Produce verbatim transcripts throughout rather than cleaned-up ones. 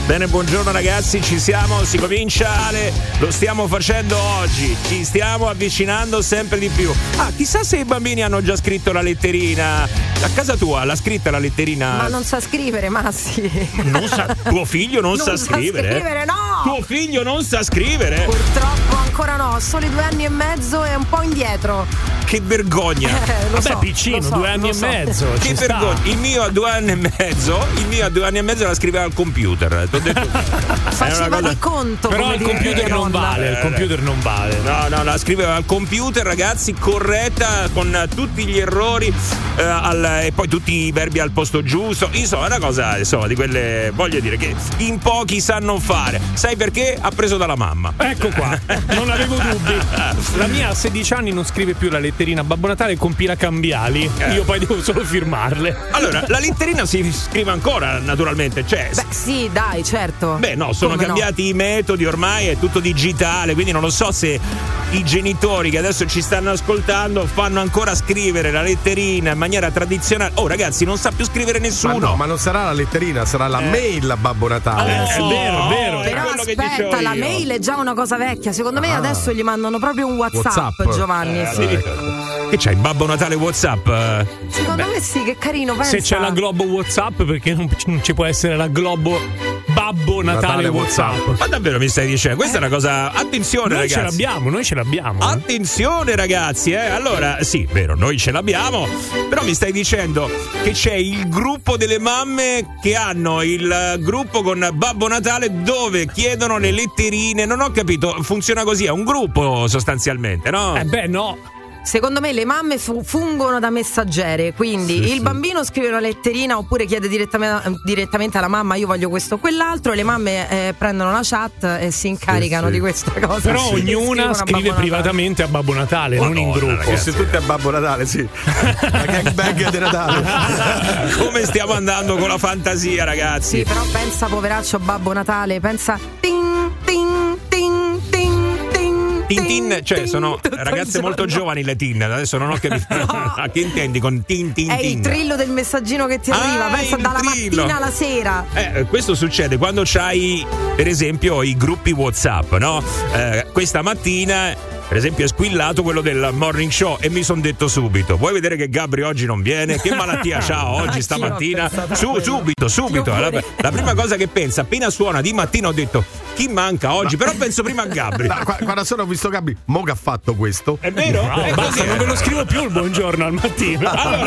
Bene, buongiorno ragazzi, ci siamo, si comincia, Ale, lo stiamo facendo oggi, ci stiamo avvicinando sempre di più. Ah, chissà se i bambini hanno già scritto la letterina. A casa tua l'ha scritta la letterina? Ma non sa scrivere, Massi. Non sa, tuo figlio non, non sa, sa scrivere? scrivere, no! Tuo figlio non sa scrivere? Purtroppo ancora no, solo due anni e mezzo e un po' indietro. Che vergogna! Eh, lo Vabbè, so, piccino, lo so, due anni lo e so. mezzo. Che ci vergogna! sta. Il mio a due anni e mezzo, il mio a due anni e mezzo la scriveva al computer. T'ho detto, Faceva di conto. Però come il direbbe computer mia non nonna. vale, il computer non vale. No, no, la scriveva al computer, ragazzi, corretta, con tutti gli errori eh, al, e poi tutti i verbi al posto giusto. Insomma, è una cosa, insomma, di quelle, voglio dire, che in pochi sanno fare. Sai perché? Ha preso dalla mamma. Ecco qua, non avevo dubbi. La mia a sedici anni non scrive più la letterina a Babbo Natale, compila cambiali. Eh. Io poi devo solo firmarle. Allora, la letterina si scrive ancora, naturalmente. Cioè, Beh, sì, dai, certo. beh, no, sono Come cambiati no? i metodi, ormai è tutto digitale, quindi non lo so se i genitori che adesso ci stanno ascoltando fanno ancora scrivere la letterina in maniera tradizionale. Oh, ragazzi, non sa più scrivere nessuno. Ma no, ma non sarà la letterina, sarà la Eh. mail a Babbo Natale. Oh, è vero, è vero. è Però quello che dicevo aspetta, la io. mail è già una cosa vecchia. Secondo me Ah. adesso gli mandano proprio un WhatsApp, WhatsApp. Giovanni. Eh, sì. addirittura. Che c'hai, Babbo Natale WhatsApp? Secondo me sì, che carino, pensa. Se c'è la Globo WhatsApp, perché non, non ci può essere la Globo Babbo Natale, Natale WhatsApp. WhatsApp. Ma davvero mi stai dicendo? Questa è una cosa. Attenzione, Noi ce ragazzi. l'abbiamo, noi ce l'abbiamo. eh. Attenzione ragazzi, eh. Allora, sì, vero, noi ce l'abbiamo, però mi stai dicendo che c'è il gruppo delle mamme che hanno il gruppo con Babbo Natale dove chiedono le letterine. Non ho capito, funziona così, è un gruppo sostanzialmente, no? Eh beh, no. Secondo me le mamme fu- fungono da messaggere, quindi Sì, il sì. bambino scrive una letterina oppure chiede direttamente, direttamente alla mamma io voglio questo o quell'altro e le mamme eh, prendono la chat e si incaricano sì. di questa cosa. Però Sì, scrivono ognuna a scrive Babbo Natale. privatamente a Babbo Natale, non in Madonna, gruppo. ragazzi. Fosse tutti a Babbo Natale, sì. La gangbang di Natale. Come stiamo andando con la fantasia, ragazzi? Sì, però pensa poveraccio Babbo Natale, pensa tin tin tin tin tin Tintin, cioè tin, sono tutto il ragazze molto giorno. giovani le tin, adesso non ho capito. A che intendi con tin tin È tin? il trillo del messaggino che ti Ah, arriva, pensa il dalla trillo. mattina alla sera. Eh, questo succede quando c'hai, per esempio, i gruppi WhatsApp, no? Eh, questa mattina, per esempio, è squillato quello del morning show e mi son detto subito: vuoi vedere che Gabri oggi non viene? Che malattia c'ha oggi, Anch'io stamattina? ho pensato a Su, quello. subito, subito. Io La, pure. la prima cosa che pensa, appena suona di mattina, ho detto: chi manca oggi? Però penso prima a Gabri. Ma qua- Quando sono ho visto Gabri, mo che ha fatto questo? È vero? No, È basta, così. non ve lo scrivo più il buongiorno al mattino. Allora,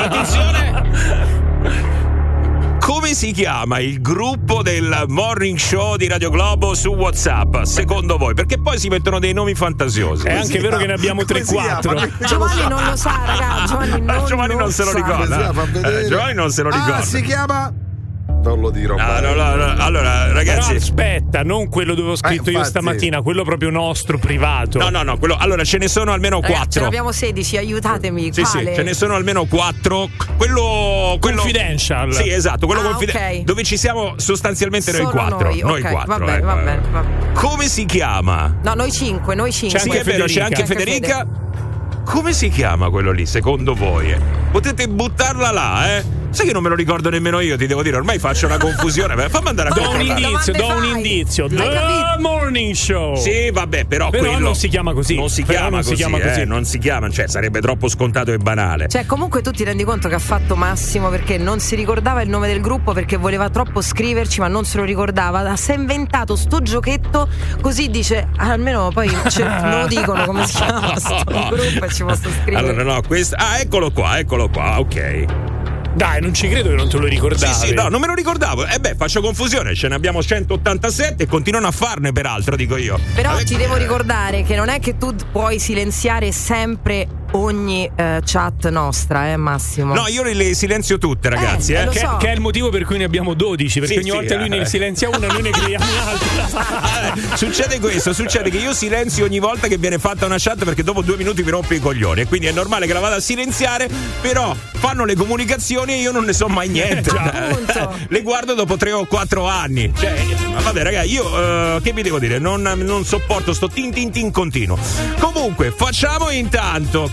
attenzione. Come si chiama il gruppo del morning show di Radio Globo su WhatsApp, secondo voi? Perché poi si mettono dei nomi fantasiosi. È anche vero che ne abbiamo Come tre si chiama? quattro. Giovanni non lo sa, raga. Giovanni non, Giovanni non se lo sa. ricorda. Come si chiama? Fa vedere. Eh, Giovanni non se lo ricorda. Ah, si chiama? Non lo dirò. Ah, mai. no, no, no. Allora, Però ragazzi. aspetta, non quello dove ho scritto Eh, io infatti. stamattina, quello proprio nostro, privato. No, no, no, quello, allora ce ne sono almeno Ragazzi, ce ne quattro. abbiamo sedici, aiutatemi. Sì, sì, Quale? ce ne sono almeno quattro. Quello. quello Confidential. Sì, esatto, quello Ah, confiden- ok. dove ci siamo sostanzialmente noi Solo quattro. noi, ok, quattro. va bene, eh. va bene, va bene. Come si chiama? No, noi cinque, noi cinque. Sì, anche è vero, c'è Federica. anche Anche Federica. Come si chiama quello lì, secondo voi? Potete buttarla là, eh? Sai che non me lo ricordo nemmeno io, ti devo dire, ormai faccio una confusione. Beh, fammi andare a Do un controllare. indizio, domande do un fai? indizio. Hai The capito? Morning Show. Sì, vabbè, però, Però quello non si chiama così. Non si Però chiama non si così, chiama eh, così. non si chiama, cioè sarebbe troppo scontato e banale. Cioè, comunque tu ti rendi conto che ha fatto Massimo perché non si ricordava il nome del gruppo perché voleva troppo scriverci, ma non se lo ricordava. Si è inventato sto giochetto, così dice, almeno poi ce- me lo dicono come si chiama sto gruppo e ci posso scrivere. Allora, no, questo. Ah, eccolo qua, eccolo qua, ok. Dai, non ci credo che non te lo ricordavi. Sì, sì, no, non me lo ricordavo. Eh beh, faccio confusione, ce ne abbiamo centottantasette e continuano a farne, peraltro, dico io. Però Vabbè, ti devo ricordare che non è che tu puoi silenziare sempre ogni eh, chat nostra, eh Massimo? No, io le silenzio tutte, ragazzi, Eh, eh. lo Che, so. che è il motivo per cui ne abbiamo dodici, perché Sì, ogni sì, volta lui eh. ne silenzia una, noi ne creiamo un'altra. Eh, succede questo, succede che io silenzio ogni volta che viene fatta una chat perché dopo due minuti mi rompe i coglioni e quindi è normale che la vada a silenziare, però fanno le comunicazioni e io non ne so mai niente. appunto. Le guardo dopo tre o quattro anni. Cioè, ma vabbè, ragazzi, io eh, che vi devo dire? Non, non sopporto sto tin tin tin continuo. Comunque, facciamo intanto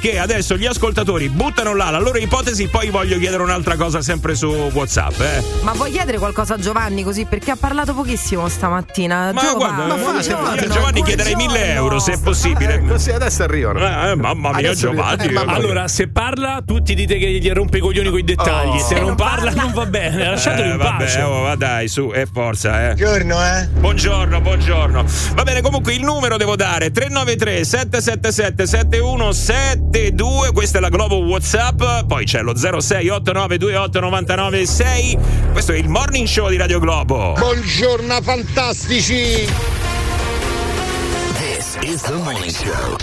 che adesso gli ascoltatori buttano là la loro ipotesi, poi voglio chiedere un'altra cosa sempre su WhatsApp. Eh. Ma vuoi chiedere qualcosa a Giovanni così? Perché ha parlato pochissimo stamattina. Ma Giova, guarda, ma ma fate, io a Giovanni chiederei mille euro se è possibile. Eh, così adesso arrivano. Eh, mamma mia, Adesso- Giovanni. eh, mamma mia. Allora, se parla, tutti dite che gli rompe i coglioni coi dettagli. Oh. Se non non parla, parla. non va bene. Lasciatelo Eh, in vabbè, pace. oh, va dai, su, e forza, eh. Buongiorno, eh. Buongiorno, buongiorno. Va bene, comunque il numero devo dare tre nove tre sette sette sette sette uno sette due, questa è la Globo WhatsApp, poi c'è lo zero sei otto nove due otto nove nove sei. Questo è il Morning Show di Radio Globo. Buongiorno fantastici. This is the morning show.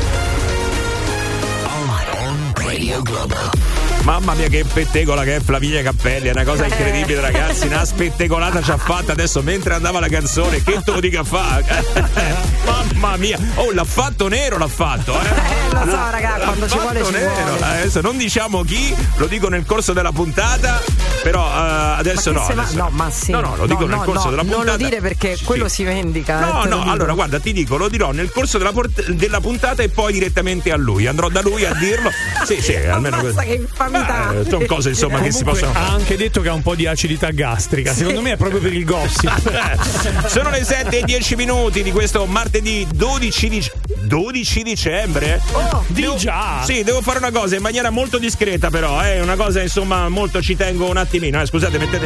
On, on Radio Globo. Mamma mia che pettegola che è Flaminia Cappelli, è una cosa incredibile ragazzi, una spettegolata ci ha fatta adesso mentre andava la canzone, che te lo dica fa? Mamma mia, oh l'ha fatto nero, l'ha fatto, eh? Eh, lo so, raga, quando ci vuole ci nero. vuole. Adesso non diciamo chi, lo dico nel corso della puntata, però uh, adesso Ma no. che se va- adesso- no, ma sì. No, no, lo dico No, nel no, corso no, della non puntata. lo dire perché Sì. quello si vendica. No, eh, te lo no, dico. allora guarda, ti dico, lo dirò nel corso della, port- della puntata e poi direttamente a lui. Andrò da lui a dirlo. Sì, sì, almeno Ammazza che infamità. Eh, sono cose insomma che si Comunque, possono ha anche detto che ha un po' di acidità gastrica. Secondo me è proprio per il gossip. Sono le sette e dieci minuti di questo martedì dodici, dic- dodici dicembre. Oh, Di Devo- già. Sì, devo fare una cosa in maniera molto discreta, però, è eh, una cosa insomma molto ci tengo un attimino. Eh, scusate, mettete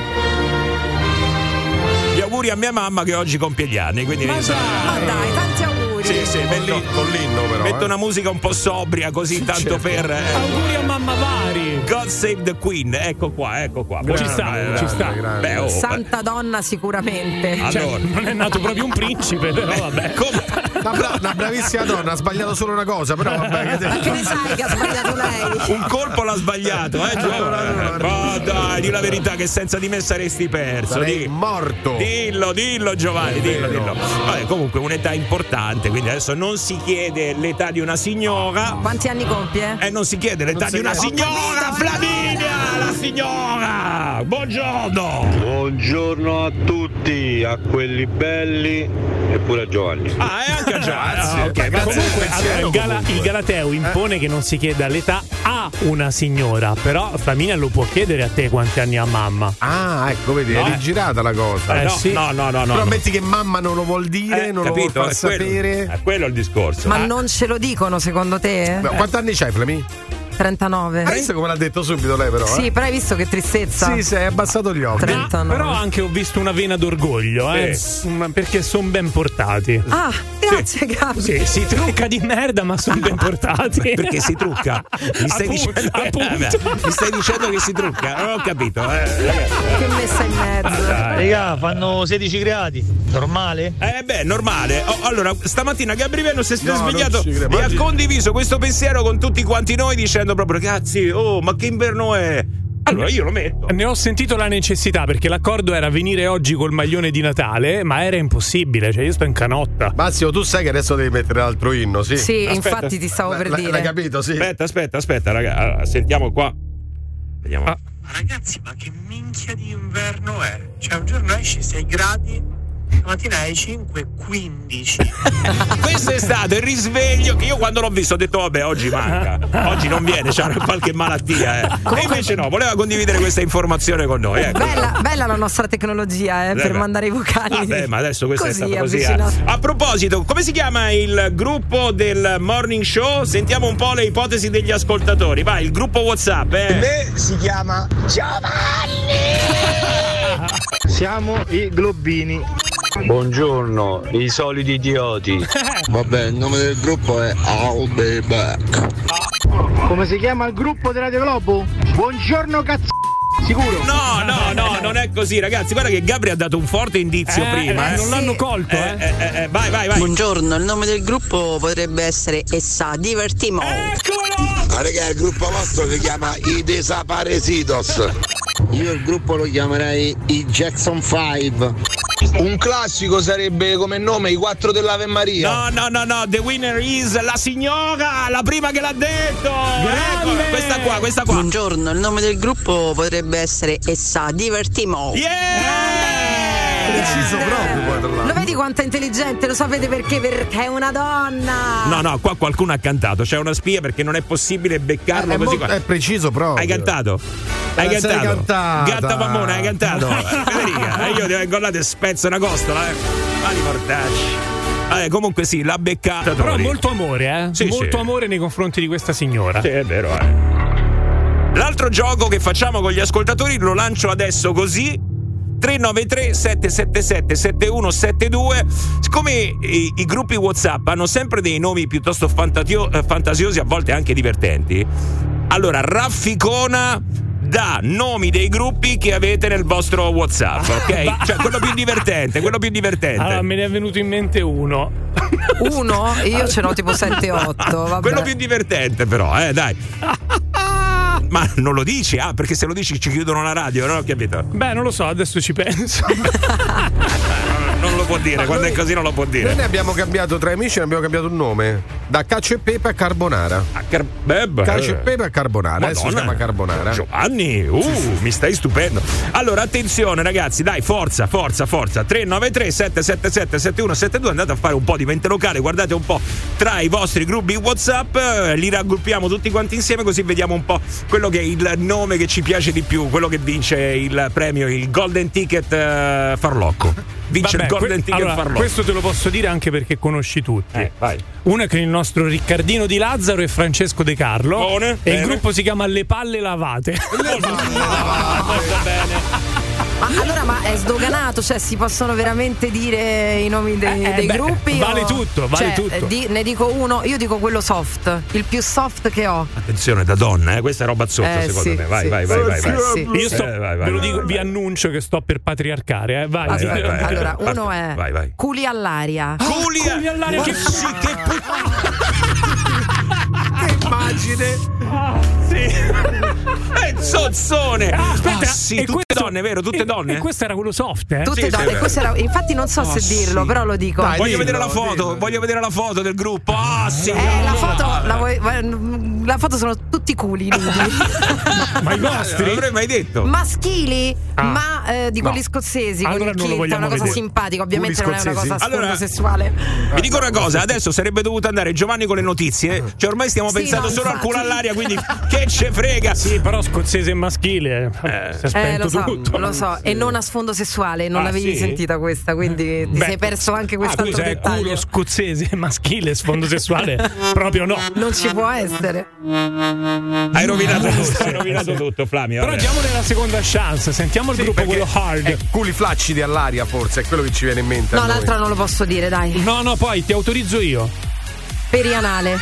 gli auguri a mia mamma che oggi compie gli anni. Quindi Ma insomma, Ma dai, tanti auguri. sì, sì, metto, Con l'inno però. metto eh. una musica un po' sobria così, tanto per. eh, Auguri a mamma Vari. God Save the Queen, ecco qua, ecco qua. Ci sta, ci sta. grande. Beh, oh, Santa donna sicuramente. beh, Cioè, allora, non è nato proprio un principe, però vabbè. come- Una, bra- una bravissima donna, ha sbagliato solo una cosa, però vabbè. Che te... Ma che ne sai che ha sbagliato lei? un colpo l'ha sbagliato, eh, Giovanni? Ma dai, di la verità che senza di me saresti perso. Sarei di- morto. Dillo, dillo Giovanni, dillo, vero. dillo. Vabbè, comunque un'età importante, quindi adesso non si chiede l'età di una signora. Quanti anni compie? E non si chiede l'età Non si di una chiede. signora, Flaminia, la signora. Buongiorno. Buongiorno a tutti, a quelli belli e pure a Giovanni. Ah, è anche a Giovanni. Ah, ok, Grazie. va bene. Comunque, allora, il, Gala- comunque. il Galateo impone che non si chieda l'età a una signora, però Flaminia lo può chiedere a te quanti anni ha mamma. Ah, ecco, vedi, No, è eh. rigirata la cosa. Eh, no, sì. no, no, no, no. Però no. metti che mamma non lo vuol dire, Eh, non capito, lo vuol far è quello, sapere. è quello il discorso. Ma Ah, non ce lo dicono secondo te? Beh, quanti anni c'hai, Flami? trentanove. Hai visto come l'ha detto subito lei, però? Sì, eh? però hai visto che tristezza? Sì, si è abbassato gli occhi. Tre- Ma, trentanove. però anche ho visto una vena d'orgoglio, eh, Sì. s- perché sono ben portati. Ah, grazie Gabri. Sì, si trucca di merda, ma sono ben portati. perché si trucca? Mi stai, Appunto, dicendo, appunto. mi stai dicendo che si trucca? Non ho capito. Eh, ragazzi. Che messa in mezzo. Raga, fanno sedici gradi. Normale? Eh beh, normale. Oh, allora, stamattina Gabri Venno si è No, non svegliato ci credo. e ha Oggi- condiviso questo pensiero con tutti quanti noi dicendo proprio ragazzi, oh, ma che inverno è? Allora io lo metto. Ne ho sentito la necessità perché l'accordo era venire oggi col maglione di Natale, ma era impossibile, cioè io sto in canotta. Massimo, tu sai che adesso devi mettere l'altro inno, sì? Sì, Aspetta. infatti ti stavo per L- dire. L'hai capito, sì? Aspetta, aspetta, aspetta, raga. Allora, sentiamo qua. Vediamo. Ah. Ma ragazzi, ma che minchia di inverno è? Cioè, un giorno esci sei gradi, stamattina ai cinque quindici. Questo è stato il risveglio che io quando l'ho visto ho detto vabbè oggi manca, oggi non viene, c'ha qualche malattia eh. E invece no, voleva condividere questa informazione con noi, ecco. Bella, bella la nostra tecnologia eh, per Beh, mandare i vocali. Vabbè, ma adesso questo Così, è stato così. eh. avvicinato. A proposito, come si chiama il gruppo del Morning Show? Sentiamo un po' le ipotesi degli ascoltatori. Vai, il gruppo WhatsApp, eh. Me si chiama Giovanni. Siamo i Globini. Buongiorno, i soliti idioti. Vabbè, il nome del gruppo è I'll Be Back. Come si chiama il gruppo di Radio Globo? Buongiorno cazzo. Sicuro? No, no, no, non è così, ragazzi. Guarda che Gabri ha dato un forte indizio Eh, prima. eh, Eh. non l'hanno colto, Eh, eh. eh, eh, vai, vai, vai. Buongiorno, il nome del gruppo potrebbe essere Essa Divertimo. Eccolo! Ma raga, il gruppo vostro si chiama I Desaparecidos. Io il gruppo lo chiamerei i Jackson cinque. Un classico sarebbe come nome i quattro dell'Ave Maria. No, no, no, no, the winner is la signora, la prima che l'ha detto. Ecco, questa qua, questa qua. Buongiorno, il nome del gruppo potrebbe essere Essa Divertimo. Yeah! preciso proprio, poi, tra l'altro. Lo vedi quanto è intelligente? Lo sapete perché? Perché è una donna. No, no, qua qualcuno ha cantato. C'è una spia perché non è possibile beccarlo È, così. mo- qua. è preciso proprio. Hai cantato? Hai la sei cantato? cantata. Gatta Mammona, hai cantato? Federica, io ti ho incollato e spezzo una costola, eh. Mani mortacci. Eh, comunque sì, l'ha beccata. Però molto amore, eh? Sì, molto sì. amore nei confronti di questa signora. Sì, è vero, eh. L'altro gioco che facciamo con gli ascoltatori lo lancio adesso così. tre nove tre sette sette sette sette uno sette due. Siccome i, i gruppi WhatsApp hanno sempre dei nomi piuttosto fantatio- fantasiosi, a volte anche divertenti, allora rafficona da nomi dei gruppi che avete nel vostro WhatsApp, ok? Cioè quello più divertente, quello più divertente. Allora, me ne è venuto in mente uno. Uno? Io ce n'ho tipo sette otto. Vabbè. Quello più divertente, però, eh, dai. Ma non lo dici? Ah, perché se lo dici ci chiudono la radio, non ho capito. Beh, non lo so, adesso ci penso. Non lo può dire, Ma quando noi- è così non lo può dire. Noi ne abbiamo cambiato tra amici, ne abbiamo cambiato un nome. Da cacio e pepe a carbonara. A car- beh, beh. Cacio e pepe a carbonara. Adesso si Madonna. chiama carbonara. Giovanni, uh, mi stai stupendo. Allora, attenzione ragazzi, dai, forza, forza, forza. tre nove tre sette sette sette sette uno sette due, andate a fare un po' di mente locale, guardate un po' tra i vostri gruppi WhatsApp, eh, li raggruppiamo tutti quanti insieme così vediamo un po' quello che è il nome che ci piace di più, quello che vince il premio, il Golden Ticket eh, Farlocco. Vince Vabbè, il Golden que- Ticket allora, Farlocco. questo te lo posso dire anche perché conosci tutti. Eh, vai. Uno è con il nostro Riccardino Di Lazzaro e Francesco De Carlo. Buone, e bene. il gruppo si chiama Le Palle Lavate. Molto bene. Ma allora, ma è sdoganato? Cioè, si possono veramente dire i nomi dei, Eh, dei beh, gruppi? vale o- tutto, vale cioè, tutto. eh, di- ne dico uno, io dico quello soft, il più soft che ho. Attenzione da donna, eh, questa è roba sotto Eh, secondo sì, me. Vai, sì, vai, sì, vai, vai, sì, vai. sì. Io sto, Eh, vai, vai, ve lo vai, dico, vai. vi annuncio che sto per patriarcare, eh. Vai. Vai, vai, vai. Allora, Parte- uno è vai, vai. culi all'aria. Culi, culi all'aria, Ma che- sì, che Che immagine! è zozzone. Ah, aspetta, Ah, sì, e tutte questo- donne, vero? Tutte e- donne? E questo era quello soft, eh? Tutte Sì, donne. sì, questo era- infatti non so Oh, se dirlo, sì. però lo dico. Dai, Voglio dillo, vedere la foto, dillo. voglio vedere la foto del gruppo. Ah, sì. Eh, la foto, la, vuoi- la foto sono tutti culi nudi. Ma i Non vostri? l'avrei mai detto. Maschili, Ah. ma eh, di quelli No. scozzesi. Allora con il non lo kilt, è vogliamo una cosa vedere. simpatica, ovviamente Culi non è una scozzesi. cosa a sfondo Allora- sessuale. Vi dico una cosa, adesso sarebbe dovuto andare Giovanni con le notizie. Cioè, ormai stiamo Sì, pensando no, solo al infatti. culo all'aria, quindi che ce frega. Sì, però scozzese e maschile. Eh, si è Eh, spento lo so, tutto. lo so, e non a sfondo sessuale, non Ah, l'avevi sì? sentita questa, quindi ti Beh, sei perso anche Ah, quest'altro scusa, è dettaglio. culo scozzese e maschile, sfondo sessuale? Proprio no. Non ci può essere. Hai rovinato tutto, hai rovinato tutto, Flavio. Però vabbè. diamone la seconda chance, sentiamo il gruppo, quello hard. Eh, culi flaccidi all'aria, forse, è quello che ci viene in mente. a No, noi. l'altra non lo posso dire, dai. No, no, poi ti autorizzo io. Perianale.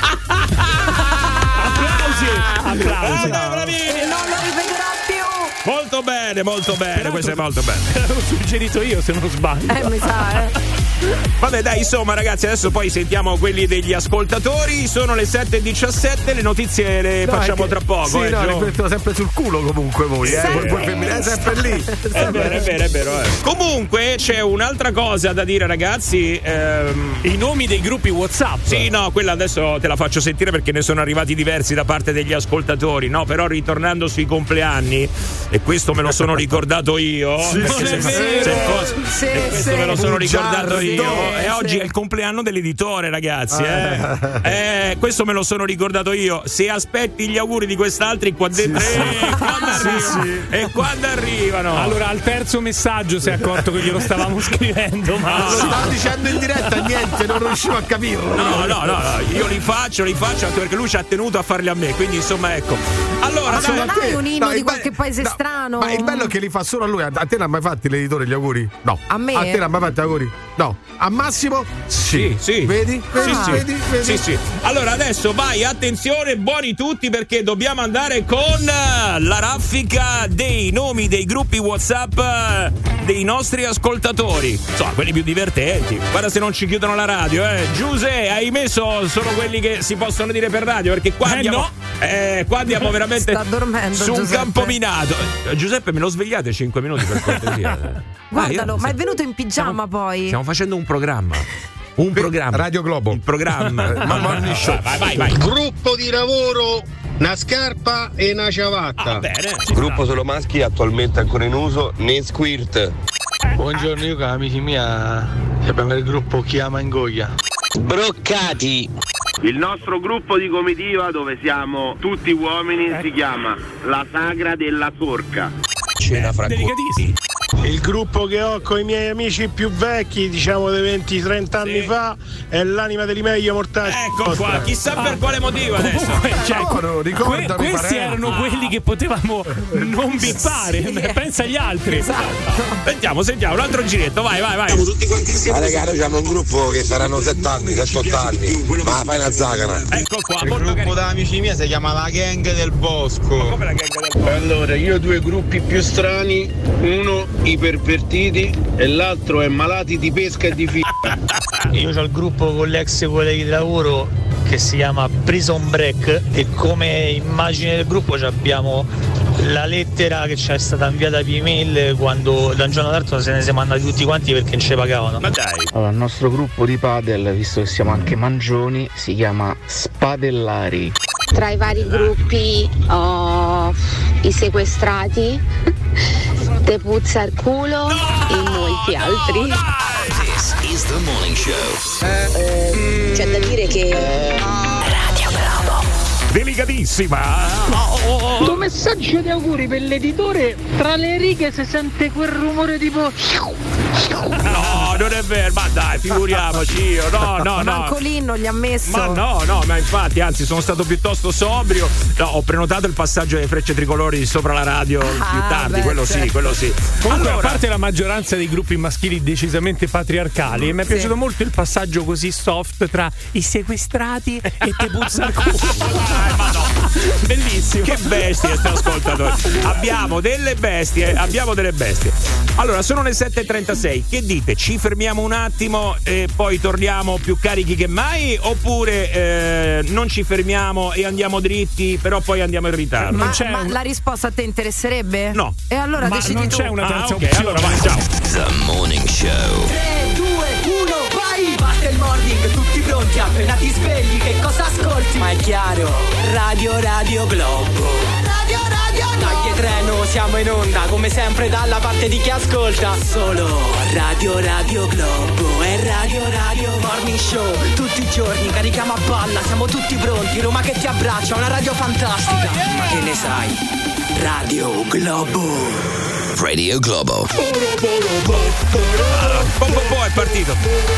Applausi! Applausi! Ah, bravi! E non lo ripeterò più. Molto bene, molto bene, questo è molto bene. L'avevo suggerito io, se non sbaglio. Eh, mi sa, eh. Vabbè, dai, insomma, ragazzi, adesso poi sentiamo quelli degli ascoltatori. Sono le sette e diciassette, le notizie le Dai, facciamo che- tra poco. Sì, eh, no, Gio. li mettono sempre sul culo comunque voi, eh. Sempre. Voi, voi femmine, è sempre lì. È vero, è vero, è vero. eh. Comunque c'è un'altra cosa da dire, ragazzi. Ehm, I nomi dei gruppi WhatsApp. Sì, no, quella adesso te la faccio sentire perché ne sono arrivati diversi da parte degli ascoltatori, no? Però ritornando sui compleanni, e questo me lo sono ricordato io. perché se, non è vero. se fosse- Sì, e questo sì. me lo sono ricordato Bugiardo. io. E Sì, oggi sì. è il compleanno dell'editore, ragazzi. Eh. Eh, questo me lo sono ricordato io. Se aspetti gli auguri di quest'altri qua dentro, eh, quando arrivano? E quando arrivano? Allora, al terzo messaggio si è accorto che glielo stavamo scrivendo, ma No, Lo no. stavo dicendo in diretta, niente, non riuscivo a capirlo. No, no, no, no, io li faccio, li faccio anche perché lui ci ha tenuto a farli a me, quindi insomma ecco. Allora, Ma dai, non hai un inno il di be- qualche paese no, strano? Ma il bello è che li fa solo a lui. A a te non ha mai fatti l'editore gli auguri? No. A me? A te non ha mai fatti gli auguri? No. A Massimo? Sì, sì. Vedi? Vedi? Sì, sì. Vedi? Vedi? Sì, sì. Allora adesso vai, attenzione, buoni tutti perché dobbiamo andare con eh, la raffica dei nomi dei gruppi WhatsApp eh, dei nostri ascoltatori. Insomma, quelli più divertenti. Guarda se non ci chiudono la radio, eh. Giuse, hai messo solo quelli che si possono dire per radio perché qua Eh, andiamo no. eh, qua andiamo veramente Sta dormendo, su un Giuseppe. campo minato. Eh, Giuseppe, me lo svegliate cinque minuti per cortesia. Guardalo, Ah, io- ma è venuto in pigiama poi. Stiamo facendo un programma. Un programma. Radio Globo. Il programma. Ma morning show. Vai, vai, vai. Gruppo di lavoro, una scarpa e una ciabatta. Ah, bene. Gruppo solo maschi attualmente ancora in uso, Nesquirt. Buongiorno, io con amici mia abbiamo il gruppo Chiama Ingoia. Broccati. Il nostro gruppo di comitiva, dove siamo tutti uomini, si chiama La Sagra della Sorca. Cena fra Delicatissimo. Il gruppo che ho con i miei amici più vecchi, diciamo dei venti trenta anni Sì. fa, è l'anima degli meglio mortali. Ecco qua, chissà per quale motivo adesso. Cioè, Ricordo, ricordami, que- questi parenti. erano quelli che potevamo non bippare. Sì. Pensa agli altri. Esatto. Sentiamo, sentiamo, un altro giretto, vai, vai, vai. Ma raga, noi siamo un gruppo che saranno sette anni, sette otto anni. Ma fai una zagara. Ecco qua, Il molto gruppo carino. da amici miei si chiama La Gang del Bosco. Come la gang del Allora, io ho due gruppi più strani, uno i pervertiti e l'altro è malati di pesca e di figa. Io ho il gruppo con gli ex colleghi di lavoro che si chiama Prison Break e come immagine del gruppo abbiamo la lettera che ci è stata inviata via email quando da un giorno all'altro se ne siamo andati tutti quanti perché non ci pagavano. Ma dai. Allora, il nostro gruppo di padel, visto che siamo anche mangioni, si chiama Spadellari. Tra i vari gruppi ho i sequestrati, Te puzza il culo e molti altri. This is the morning show. Eh, c'è da dire che Radio Globo. Delicatissima. Questo messaggio di auguri per l'editore, tra le righe si sente quel rumore tipo. No, non è vero, ma dai, figuriamoci io. No, no, no. Manco lì non gli ha messo. Ma no, no, ma infatti, anzi, sono stato piuttosto sobrio. No, ho prenotato il passaggio delle frecce tricolori sopra la radio Ah, più tardi, beh, quello certo. sì, quello sì. Comunque, Allora, a parte la maggioranza dei gruppi maschili decisamente patriarcali, mi è Sì. piaciuto molto il passaggio così soft tra i sequestrati e Te puzza il culo. Dai, ma no. Bellissimo. Che bestie, sti ascoltatori. Abbiamo delle bestie, abbiamo delle bestie. Allora, sono le sette e trentasei. Che dite? Ci fermiamo un attimo e poi torniamo più carichi che mai? Oppure eh, non ci fermiamo e andiamo dritti, però poi andiamo in ritardo? Ma, c'è ma un- la risposta a te interesserebbe? No. E allora Ma decidi non tu. c'è una Ah, terza ok, opzione. allora vai, ciao. The morning show. tre, due, uno, vai! Parte il morning, tutti pronti, appena ti svegli, che cosa ascolti? Ma è chiaro, Radio Radio Globo. Radio Radio Globo. Dai treno, siamo in onda, come sempre dalla parte di chi ascolta. Solo Radio Radio Globo e Radio Radio Morning Show. Tutti i giorni carichiamo a balla, siamo tutti pronti. Roma che ti abbraccia, una radio fantastica. Ma che ne sai? Radio Globo. Radio Globo. Po, po, po, è partito.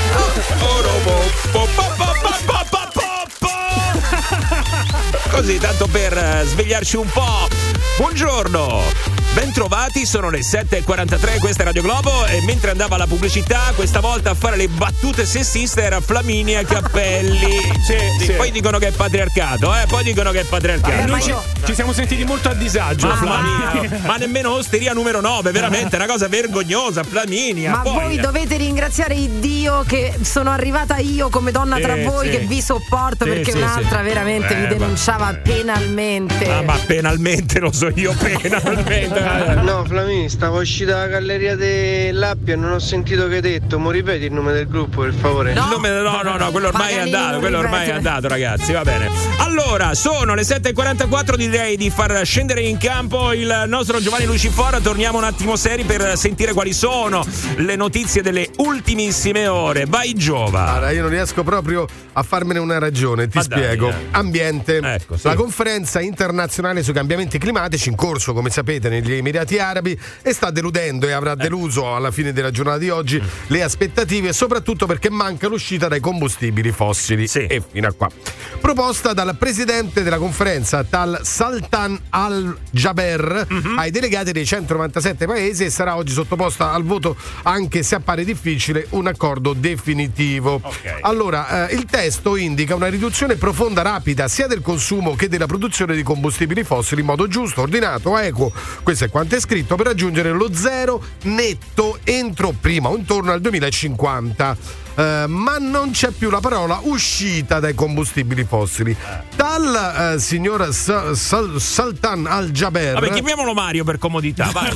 Così, tanto per eh, svegliarci un po'. Buongiorno. Bentrovati, sono le sette e quarantatré, questa è Radio Globo e mentre andava la pubblicità, questa volta a fare le battute sessiste era Flaminia Cappelli. Sì, Sì, sì. poi dicono che è patriarcato, eh? Poi dicono che è patriarcato. Eh, ma Noi ci, io- ci siamo sentiti molto a disagio. Ma, Flaminia. ma nemmeno osteria numero nove, veramente una cosa vergognosa, Flaminia. Ma poi, voi dovete ringraziare il Dio che sono arrivata io come donna tra Sì, voi sì. che vi sopporto Sì, perché sì, un'altra sì. veramente Eh, vi ma- denunciava penalmente. Ah, ma penalmente lo so io, penalmente. No, Flamini, stavo uscito dalla galleria dell'Appia e non ho sentito che hai detto. Mo ripeti il nome del gruppo, per favore. Il nome- no, no, no, quello ormai è Paganini andato, non quello ormai è ripete. andato, ragazzi, va bene. Allora, sono le sette e quarantaquattro, direi di far scendere in campo il nostro Giovanni Lucifora. Torniamo un attimo seri per sentire quali sono le notizie delle ultimissime ore. Vai Giova. Allora, io non riesco proprio a farmene una ragione, ti Ma dai, spiego. eh. Ambiente. Ecco, sì. La conferenza internazionale sui cambiamenti climatici in corso, come sapete, negli Emirati Arabi e sta deludendo e avrà deluso alla fine della giornata di oggi le aspettative, soprattutto perché manca l'uscita dai combustibili fossili. Sì. E fino a qua. Proposta dal presidente della conferenza, tal Sultan Al-Jaber, ai delegati dei centonovantasette paesi e sarà oggi sottoposta al voto, anche se appare difficile, un accordo definitivo. Ok. Allora, eh, il testo indica una riduzione profonda, rapida, sia del consumo che della produzione di combustibili fossili in modo giusto, ordinato, equo. Questo è quanto è scritto, per raggiungere lo zero netto entro prima o intorno al duemilacinquanta. eh, ma non c'è più la parola uscita dai combustibili fossili. Dal eh, signor Sa- Sa- Sultan Al Jaber. Vabbè, chiamiamolo Mario per comodità. Vai.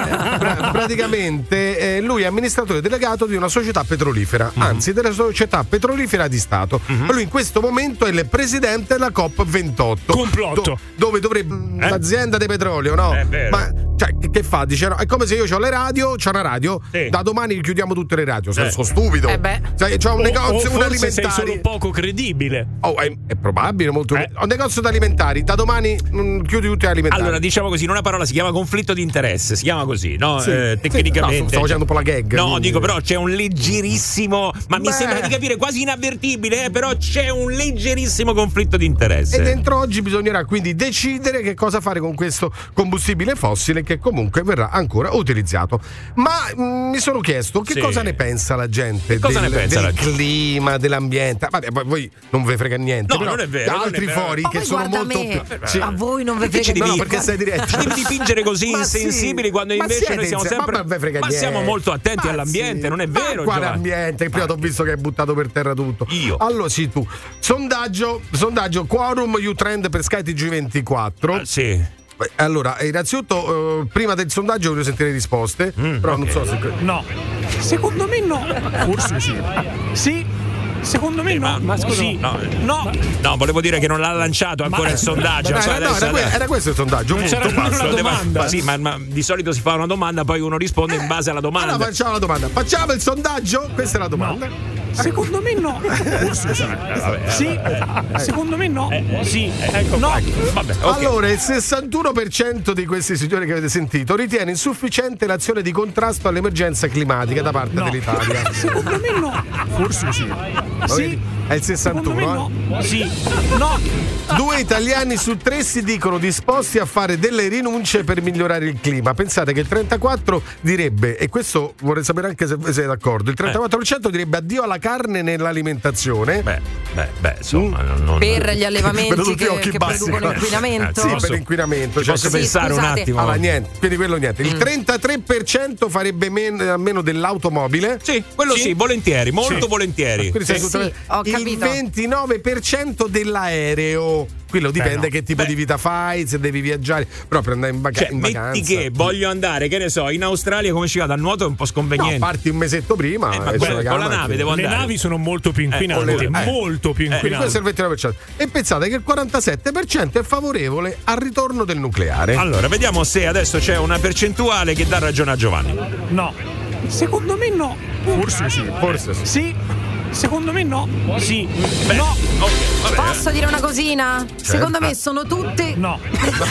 pra- praticamente eh, lui è amministratore delegato di una società petrolifera, mm-hmm. anzi della società petrolifera di Stato. Mm-hmm. Lui in questo momento è il presidente della COP ventotto. Complotto. Do- dove dovrebbe eh? l'azienda di petrolio, no? È vero. Ma cioè, che, che fa? Dice, no, è come se io ho le radio, c'ho una radio, sì. da domani chiudiamo tutte le radio. Sono, eh. sono stupido. Eh beh. Cioè, c'ho un o, negozio, o un forse sei alimentari. solo poco credibile. Oh, è, è probabile, molto. Eh. Ho un negozio di alimentari, da domani mh, chiudi tutti gli alimentari. Allora, diciamo così, in una parola si chiama conflitto di interesse, si chiama così, no? Sì. Eh, tecnicamente. Sì. No, sto facendo un po' la gag. No, quindi. dico, però c'è un leggerissimo, ma mi Beh. sembra di capire quasi inavvertibile, eh, però c'è un leggerissimo conflitto di interesse. E dentro oggi bisognerà quindi decidere che cosa fare con questo combustibile fossile che comunque verrà ancora utilizzato. Ma mh, mi sono chiesto che Sì. cosa ne pensa la gente Che cosa del, ne pensa del la gente? clima, dell'ambiente. Vabbè, poi voi non ve frega niente. No, però non è vero, non altri è vero. fuori Ma che poi sono guarda molto me, più. a voi non ve Perché ci frega No, devi- perché sei diretto. Ci devi dipingere così Ma sì. insensibili quando Ma invece siete noi siamo inse- sempre. ma ve frega Ma siamo niente. molto attenti Ma all'ambiente, sì. non è Ma vero? quale Giovanni? ambiente? Prima ti ho visto che hai buttato per terra tutto. Io. Allora sì, tu. Sondaggio, sondaggio Quorum U-Trend per Sky T G ventiquattro. Ah, sì. Beh, allora, innanzitutto, eh, prima del sondaggio voglio sentire le risposte, Mm, però ok. non so se. No. Secondo me no. Forse sì. Sì. Secondo me no. Ma scusa. sì, no. No. No, volevo dire che non l'ha lanciato ancora Ma- il sondaggio. Eh, cioè, no, adesso- era, que- era questo il sondaggio. Non punto, c'era nemmeno basta. una Lo deve- domanda. ma sì, ma, ma di solito si fa una domanda, poi uno risponde in base alla domanda. Allora facciamo la domanda. Facciamo il sondaggio? Questa è la domanda. Secondo me no. Forse sì. Sì. Secondo me no. Sì. Ecco, No. vabbè, ok. Allora, il sessantuno per cento di questi signori che avete sentito ritiene insufficiente l'azione di contrasto all'emergenza climatica da parte No. dell'Italia. Secondo me no. Forse sì. Lo Sì. vedi? È il Secondo me sessantuno, eh? no. Sì. No. Due italiani su tre si dicono disposti a fare delle rinunce per migliorare il clima. Pensate che il trentaquattro direbbe, e questo vorrei sapere anche se sei d'accordo, il trentaquattro per cento direbbe addio alla carne nell'alimentazione. Beh, beh, beh, insomma, non, non- Per gli allevamenti Vedo tutti che, gli occhi che bassi. producono inquinamento. Sì, Posso- per l'inquinamento. Ci Cioè, posso se- pensare un scusate. attimo? Allora, niente, quindi quello niente. Il trentatré per cento farebbe men- a meno dell'automobile. Sì, quello sì, volentieri, molto Sì. volentieri. Quindi sei Sì, assolutamente- sì, ho il capito. ventinove per cento dell'aereo. Quello dipende no. che tipo Beh. di vita fai, se devi viaggiare, però per andare in, vaca- Cioè, in metti vacanza. che voglio andare, che ne so, in Australia, come ci vado? A nuoto è un po' No, sconveniente. parti un mesetto prima. Eh, ma esci con- da con la gamma, nave sì. devo Le andare. navi sono molto più Eh, inquinanti. eh, molto più Quindi questo è inquinanti. il ventinove per cento. E pensate che il quarantasette per cento è favorevole al ritorno del nucleare. Allora, vediamo se adesso c'è una percentuale che dà ragione a Giovanni. No. Secondo me no. Forse sì. Forse sì. Sì. Secondo me no. Sì. Beh, No. ok, vabbè. Posso dire una cosina? Secondo me sono tutte. No.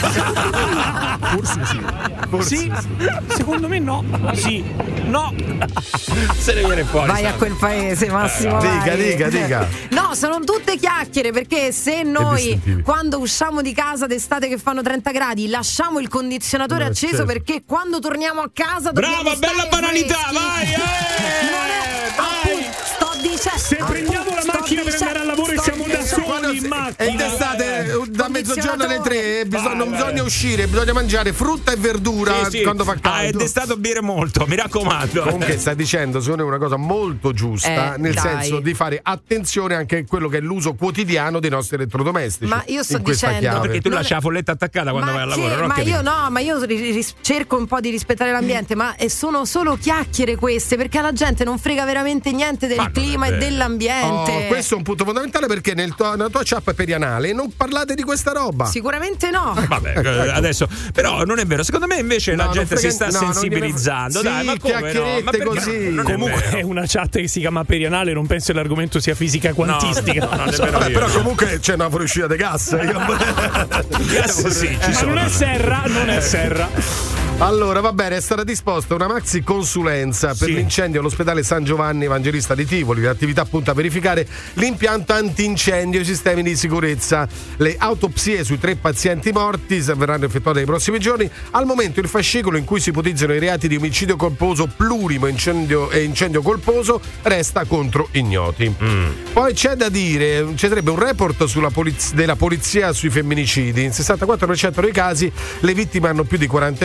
Forse sì. Forse Sì. Secondo me no. Sì. No. Se ne viene fuori. Vai a sai. quel paese, Massimo. Dica, vai. dica, dica. No, sono tutte chiacchiere perché se noi distintivi. quando usciamo di casa d'estate che fanno trenta gradi lasciamo il condizionatore Eh, acceso certo. perché quando torniamo a casa dobbiamo Brava, bella stare banalità, freschi. vai! eh! Non è- Vai! appunto, sto dicendo Se prendiamo la sto macchina per dicendo- andare al lavoro e sto siamo da dicendo- soli in E macchina. d'estate eh, da mezzogiorno alle tre bisogna- non vai. bisogna uscire, bisogna mangiare frutta e verdura Sì, sì. quando fa Ah, è caldo. d'estate bere molto, mi raccomando. Comunque stai dicendo secondo me una cosa molto giusta, Eh, nel dai. senso di fare attenzione anche a quello che è l'uso quotidiano dei nostri elettrodomestici. Ma io sto in questa dicendo- chiave. Perché tu Non lasci è- la folletta attaccata quando ma vai al che- lavoro, non ho ma capito. io no, ma io ri- ri- cerco un po' di rispettare l'ambiente, ma eh, sono solo chiacchiere queste perché alla gente non frega veramente niente del Ma non clima è e vero. dell'ambiente. Oh, questo è un punto fondamentale perché nel tuo- nella tua chat perianale non parlate di questa roba. Sicuramente no. Vabbè, eh, adesso però non è vero. Secondo me invece No, la non gente frega- si sta no, non gliene- sensibilizzando. Sì, Dai, ma come no? Ma chiacchierette perché così. non è Comunque vero? è una chat che si chiama Perianale, non penso che l'argomento sia fisica quantistica. No, no, non è vero Vabbè, io, però no. comunque c'è una fuoriuscita di gas. Yes, sì, ci Ma sono. non è serra, non è serra. Allora, va bene, è stata disposta una maxi consulenza per Sì. l'incendio all'ospedale San Giovanni Evangelista di Tivoli. L'attività punta a verificare l'impianto antincendio e i sistemi di sicurezza. Le autopsie sui tre pazienti morti verranno effettuate nei prossimi giorni. Al momento il fascicolo in cui si ipotizzano i reati di omicidio colposo, plurimo incendio e incendio colposo resta contro ignoti. Poi c'è da dire, ci sarebbe un report sulla poliz- della polizia sui femminicidi. In sessantaquattro per cento dei casi le vittime hanno più di quarantacinque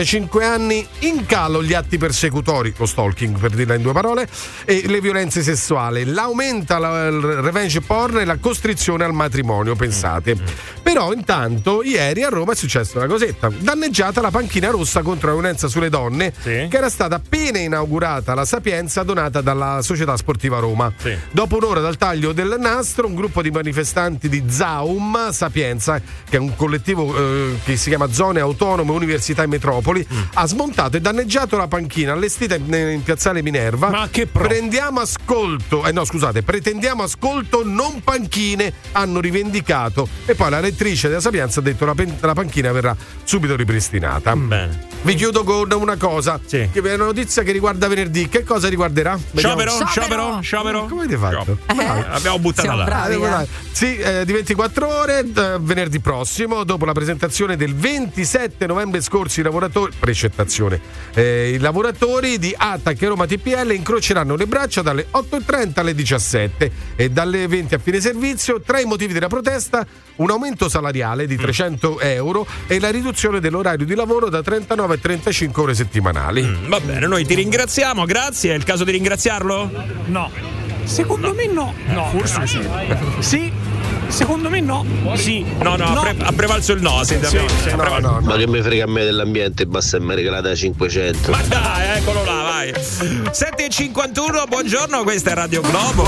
cinque anni, in calo gli atti persecutori, lo stalking per dirla in due parole, e le violenze sessuali, l'aumenta la, il revenge porn e la costrizione al matrimonio, pensate. Però intanto ieri a Roma è successa una cosetta, danneggiata la panchina rossa contro la violenza sulle donne, sì, che era stata appena inaugurata alla Sapienza donata dalla Società Sportiva Roma. Sì. Dopo un'ora dal taglio del nastro, un gruppo di manifestanti di Zaum Sapienza, che è un collettivo eh, che si chiama Zone Autonome Università e Metropoli, mm. ha smontato e danneggiato la panchina allestita in, in piazzale Minerva. Ma che pro- prendiamo ascolto, eh no scusate, pretendiamo ascolto, non panchine, hanno rivendicato, e poi la lettrice della Sapienza ha detto la, pen- la panchina verrà subito ripristinata. Bene. Vi chiudo con una cosa, sì, che è una notizia che riguarda venerdì. Che cosa riguarderà? Sciopero, sciopero, sciopero. Come avete fatto? Eh, abbiamo buttato là. Bravi, eh. Sì, eh, di ventiquattro ore, eh, venerdì prossimo, dopo la presentazione del ventisette novembre scorso, i lavoratori, precettazione, eh, i lavoratori di Attac e Roma T P L incroceranno le braccia dalle otto e trenta alle diciassette e dalle venti a fine servizio. Tra i motivi della protesta, un aumento salariale di trecento euro e la riduzione dell'orario di lavoro da trentanove a trentacinque ore settimanali. Mm, va bene, noi ti ringraziamo, grazie. È il caso di ringraziarlo? No. Secondo no. me no. No, forse sì. Sì. Secondo me no. Sì. No, no, no. Ha, pre- ha prevalso il no, sì, sì, sì, no, no, no. Ma che mi frega a me dell'ambiente, basta mi regalata cinquecento. Ma dai, eccolo là, vai. sette e cinquantuno, buongiorno, questa è Radio Globo.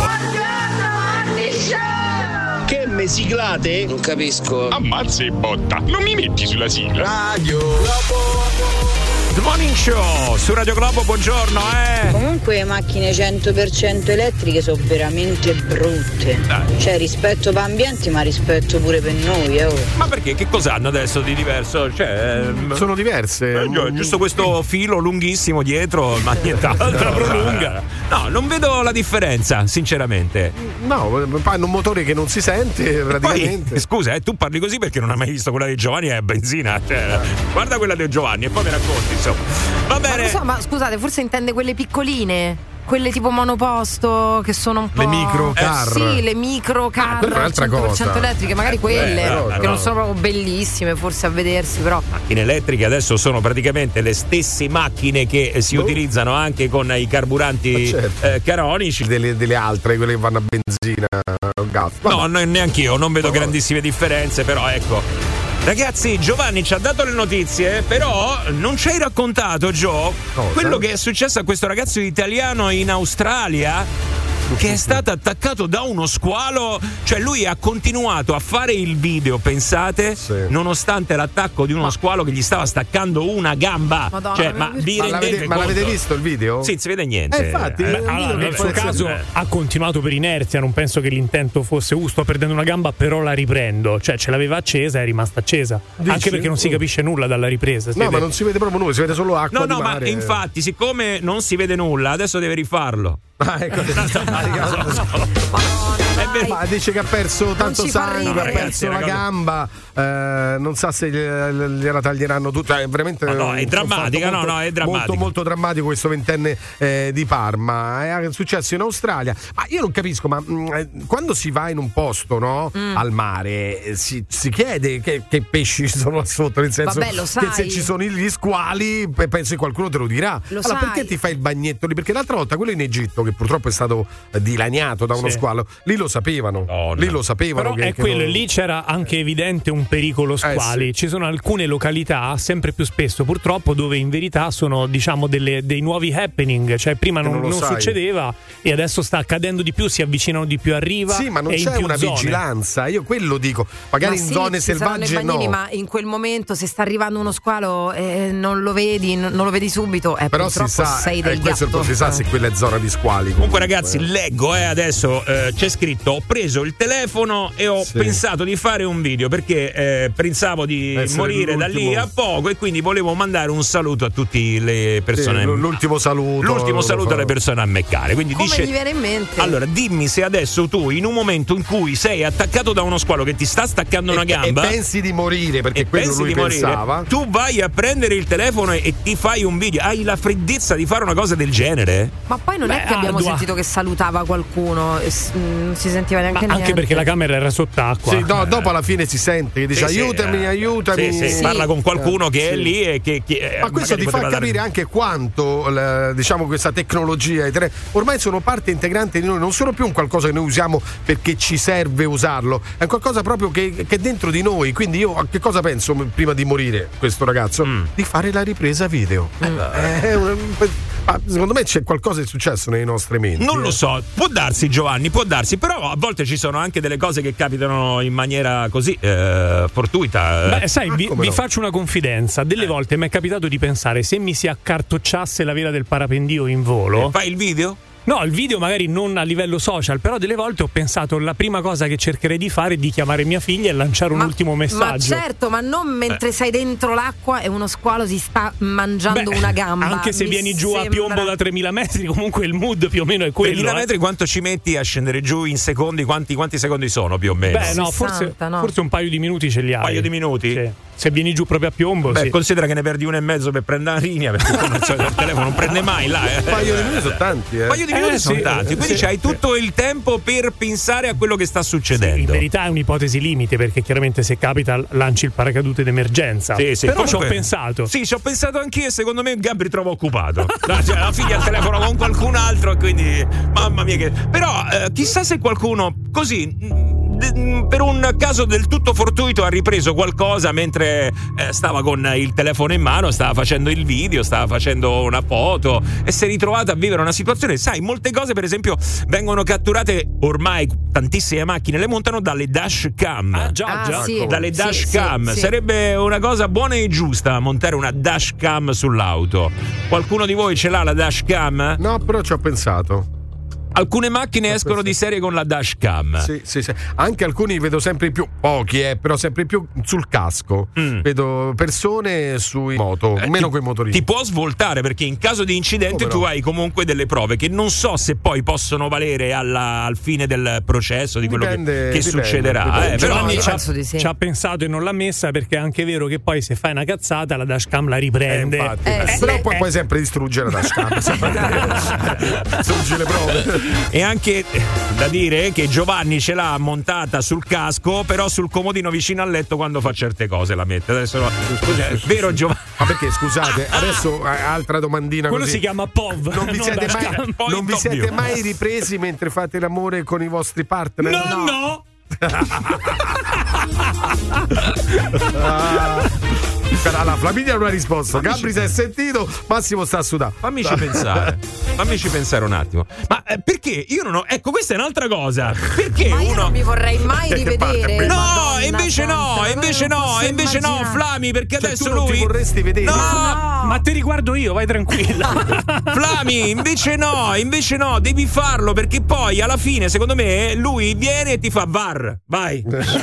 Che me siglate? Non capisco. Ammazza e botta, non mi metti sulla sigla. Radio Globo. The Morning Show su Radio Globo, buongiorno, eh. Comunque le macchine cento per cento elettriche sono veramente brutte. Dai. Cioè rispetto per ambienti, ma rispetto pure per noi, eh. Ma perché? Che cosa hanno adesso di diverso? Cioè, sono diverse. Eh, giusto questo filo lunghissimo dietro, ma nient'altro prolunga. No, non vedo la differenza, sinceramente. No, hanno un motore che non si sente praticamente. Poi, scusa, eh, tu parli così perché non hai mai visto quella di Giovanni, è benzina. Cioè, guarda quella di Giovanni e poi mi racconti. Va bene. Ma, non so, ma scusate, forse intende quelle piccoline? Quelle tipo monoposto che sono un po'. Le micro car. Eh, sì, le micro car. Ah, un'altra cosa. cento per cento elettriche, magari quelle eh, no, che no. non sono proprio bellissime, forse a vedersi, però. Macchine elettriche adesso sono praticamente le stesse macchine che si oh. utilizzano anche con i carburanti certo. eh, canonici. Delle, delle altre, quelle che vanno a benzina o gas. No, no, neanche io, non vedo no. grandissime differenze, però ecco. Ragazzi, Giovanni ci ha dato le notizie, però non ci hai raccontato, Gio, Cosa? quello che è successo a questo ragazzo italiano in Australia, che è stato attaccato da uno squalo. Cioè lui ha continuato a fare il video, pensate, sì. nonostante l'attacco di uno squalo che gli stava staccando una gamba. Madonna, cioè, ma vi ma rendete l'avete, conto? Ma l'avete visto il video? Sì, non si vede niente. Eh, infatti, eh, allora, nel suo caso eh. ha continuato per inerzia, non penso che l'intento fosse uh, sto perdendo una gamba, però la riprendo. Cioè ce l'aveva accesa e è rimasta accesa. Dici? Anche perché non si capisce nulla dalla ripresa. No, vede... ma non si vede proprio nulla, si vede solo acqua. No, no, mare. ma infatti, siccome non si vede nulla, adesso deve rifarlo. Ah, ecco. Ma dice che ha perso tanto sangue, ha perso la gamba, eh, non sa se gliela taglieranno tutta. È veramente no, no, è drammatica, molto, no, no, è drammatico. Molto, molto drammatico questo ventenne eh, di Parma. È successo in Australia. Ma io non capisco, ma mh, quando si va in un posto, no, mm. al mare, si, si chiede che, che pesci ci sono là sotto, nel senso Vabbè, lo sai. che se ci sono gli squali, penso che qualcuno te lo dirà. Lo allora, sai. perché ti fai il bagnetto lì? Perché l'altra volta quello in Egitto, che purtroppo è stato dilaniato da uno sì. squalo, lì lo sapevano. Oh, no. Lì lo sapevano. Però che, è che quello, non... lì c'era anche evidente un pericolo squali. Eh, sì. Ci sono alcune località, sempre più spesso purtroppo, dove in verità sono, diciamo, delle, dei nuovi happening. Cioè prima non, non, non succedeva e adesso sta accadendo di più, si avvicinano di più a riva. Sì, ma non e c'è una zone. vigilanza. Io quello dico. Magari ma in sì, zone selvagge bagnini, no. Ma in quel momento, se sta arrivando uno squalo e eh, non lo vedi, non lo vedi subito, eh, però si sa, sei del eh, questo gatto. Si sa se quella è zona di squali. Comunque, ragazzi, leggo eh, adesso eh, c'è scritto: ho preso il telefono e ho sì. pensato di fare un video perché eh, pensavo di Essere morire l'ultimo. da lì a poco e quindi volevo mandare un saluto a tutte le persone. Sì, l'ultimo saluto. L'ultimo saluto alle persone a meccare. Quindi Come dice, gli viene in mente? Allora, dimmi se adesso tu, in un momento in cui sei attaccato da uno squalo che ti sta staccando e, una gamba e pensi di morire, perché e quello lui pensava, morire, tu vai a prendere il telefono e, e ti fai un video. Hai la freddezza di fare una cosa del genere? Ma poi non Beh, è che abbia abbiamo sentito che salutava qualcuno, non si sentiva neanche Ma niente. Anche perché la camera era sott'acqua. Sì, no, dopo alla fine si sente che dice Sì, sì, aiutami, eh. aiutami. Sì, sì, Sì. parla con qualcuno che è Sì. lì e che, che Ma questo ti fa poteva capire dare... anche quanto la- diciamo questa tecnologia ormai sono parte integrante di noi, non sono più un qualcosa che noi usiamo perché ci serve usarlo, è qualcosa proprio che, che è dentro di noi. Quindi io a che cosa penso prima di morire questo ragazzo? Mm. Di fare la ripresa video. Eh, è un- ma secondo me c'è qualcosa che è successo nelle nostre menti. Non eh. lo so, può darsi Giovanni, può darsi, però a volte ci sono anche delle cose che capitano in maniera così eh, fortuita. Beh, sai, Ah, vi, come vi no? faccio una confidenza. Delle Eh. volte mi è capitato di pensare, se mi si accartocciasse la vela del parapendio in volo. Eh, fai il video? No, il video magari non a livello social, però delle volte ho pensato la prima cosa che cercherei di fare è di chiamare mia figlia e lanciare un Ma- ultimo messaggio. Ma certo, ma non mentre sei dentro l'acqua e uno squalo si sta mangiando Beh, una gamba. Anche se Mi vieni giù a sembra- piombo da tremila metri, comunque il mood più o meno è quello. tremila eh. metri quanto ci metti a scendere giù in secondi? Quanti, quanti secondi sono più o meno? Beh, no, forse, sessanta, no? forse un paio di minuti ce li hai. Un paio di minuti? Sì. Se vieni giù proprio a piombo, Beh, sì. considera che ne perdi uno e mezzo per prendere la linea, perché come al solito il telefono non prende mai là. eh. Un paio di minuti sono tanti, eh. Un paio di minuti Eh, sono sì, tanti, quindi sì, c'hai sì. tutto il tempo per pensare a quello che sta In succedendo. verità è un'ipotesi limite, perché chiaramente se capita lanci il paracadute d'emergenza. Sì, sì. Però ci ho Comunque- pensato. Sì, ci ho pensato anch'io e secondo me Gabri trova occupato. No, cioè, la figlia al telefono con qualcun altro e quindi mamma mia che. Però eh, chissà se qualcuno così mh, d- per un caso del tutto fortuito ha ripreso qualcosa mentre eh, stava con il telefono in mano, stava facendo il video, stava facendo una foto e si è ritrovato a vivere una situazione. Sai, molte cose per esempio vengono catturate, ormai tantissime macchine le montano dalle dash cam. Ah, già, Ah, già. sì. Dalle Sì, dash sì, cam sì. sarebbe una cosa buona e giusta montare una dash cam sull'auto. Qualcuno di voi ce l'ha la dash cam? No, però ci ho pensato. Alcune macchine escono di serie con la dash cam. Sì, sì, sì. Anche alcuni vedo sempre più, pochi, eh, però sempre più sul casco. Mm. Vedo persone sui moto, Eh, meno ti- quei motorini. Ti può svoltare perché in caso di incidente Come tu no? hai comunque delle prove che non so se poi possono valere alla- al fine del processo di quello che- Dipende- che, dipende, succederà. dipende. eh, però Giovanni io ci ha, penso di sì. ci ha pensato e non l'ha messa, perché è anche vero che poi se fai una cazzata la dashcam la Eh, riprende. infatti, Eh, eh, sì. però poi puoi sempre distruggere la dashcam. Distruggi le prove. E anche da dire che Giovanni ce l'ha montata sul casco, però sul comodino vicino al letto quando fa certe cose la mette. Adesso no, scusa, è vero Giovanni? Ma perché scusate, adesso eh, altra domandina Quello così. si chiama P O V. Non vi non siete dashcam. mai, Poi non vi doppio. siete mai ripresi mentre fate l'amore con i vostri partner? No, no. Ah, però la Flaminia non ha risposto. Gabri si è sentito, Massimo sta sudando. Fammici pensare, fammici pensare un attimo. Ma eh, perché io non ho. Ecco, questa è un'altra cosa. Perché Ma io uno. non mi vorrei mai rivedere. No, Madonna e invece no, santa, e invece non no, posso e invece no, immaginare. Flami, perché Cioè, adesso tu non lui. ti vorresti vedere? No, No. Ma te riguardo io, vai tranquilla. Flami, invece no, invece no, devi farlo perché poi alla fine, secondo me, lui viene e ti fa var. Vai.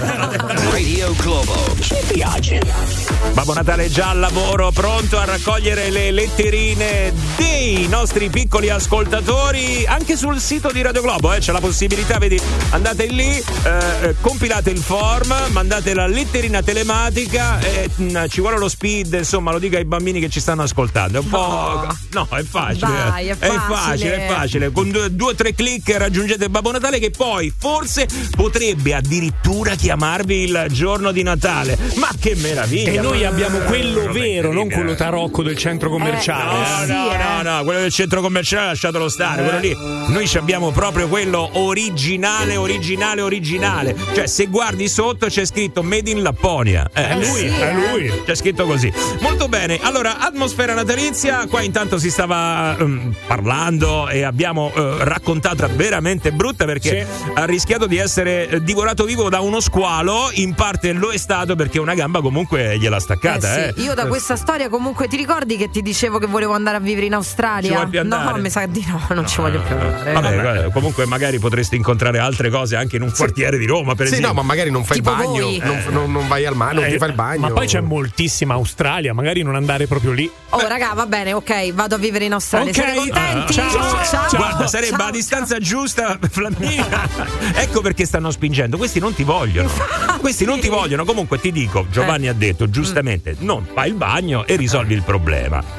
Radio Globo. Mi piace. Babbo Natale è già al lavoro, pronto a raccogliere le letterine dei nostri piccoli ascoltatori. Anche sul sito di Radio Globo eh, c'è la possibilità, vedi, andate lì, eh, compilate il form, mandate la letterina telematica e mh, ci vuole lo speed, insomma, lo dica ai bambini che ci stanno ascoltando. È un po'. No, è facile. Dai, è facile, facile. è facile. Con due, due o tre click raggiungete Babbo Natale, che poi forse potrebbe addirittura chiamarvi il giorno di Natale. Ma che meraviglia! E noi abbiamo quello Roba vero, non incredibile. quello tarocco del centro commerciale. No, sì, no, eh. no, no, quello del centro commerciale lasciatelo stare, quello lì. Noi ci abbiamo proprio quello originale, originale, originale. Cioè, se guardi sotto c'è scritto Made in Lapponia. Eh, È lui, sì, è eh. lui. c'è scritto così. Molto bene. Allora, atmosfera natalizia. Qua intanto si stava um, parlando e abbiamo uh, raccontata veramente brutta, perché Sì. ha rischiato di essere eh, divorato vivo da uno squalo. In parte lo è stato perché una gamba comunque gliel'ha staccata. Eh Eh sì, io da questa storia comunque ti ricordi che ti dicevo che volevo andare a vivere in Ci Australia? vuoi più andare? No, mi sa di no, non ci voglio più andare. Vabbè, guarda, comunque magari potresti incontrare altre cose anche in un quartiere di Roma, per Sì, esempio. no, ma magari non fai Tipo il bagno, voi. non, non- non vai al mare, non Eh, ti fai il bagno. Ma poi c'è moltissima Australia, magari non andare proprio lì. Oh, raga, va bene, ok, vado a vivere in Australia. Ok. Siete contenti? Ah, ciao. Ciao. Guarda, sarebbe Ciao, la distanza giusta, Flammina. Ecco perché stanno spingendo. Questi non ti vogliono. Questi non ti vogliono. Comunque ti dico, Giovanni Eh. ha detto giustamente, non fai il bagno e risolvi il problema.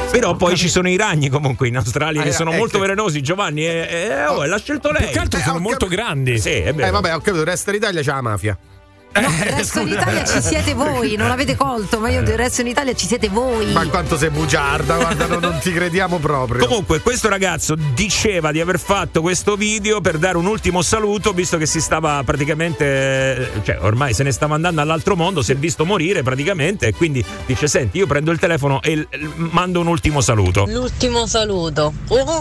Però poi ci sono i ragni comunque in Australia ah, che sono eh, molto che... velenosi, Giovanni, e eh, eh, oh, l'ha scelto lei. Più che altro eh, sono molto cap- grandi. Sì, è vero. Eh vabbè, ho capito, il resto d'Italia c'è la mafia. No, il resto d'Italia ci siete voi, non l'avete colto, ma io del resto d'Italia ci siete voi. Ma quanto sei bugiarda, guarda, non, non ti crediamo proprio. Comunque, questo ragazzo diceva di aver fatto questo video per dare un ultimo saluto, visto che si stava praticamente, cioè ormai se ne stava andando all'altro mondo, si è visto morire praticamente, e quindi dice: senti, io prendo il telefono e l- l- mando un ultimo saluto. L'ultimo saluto.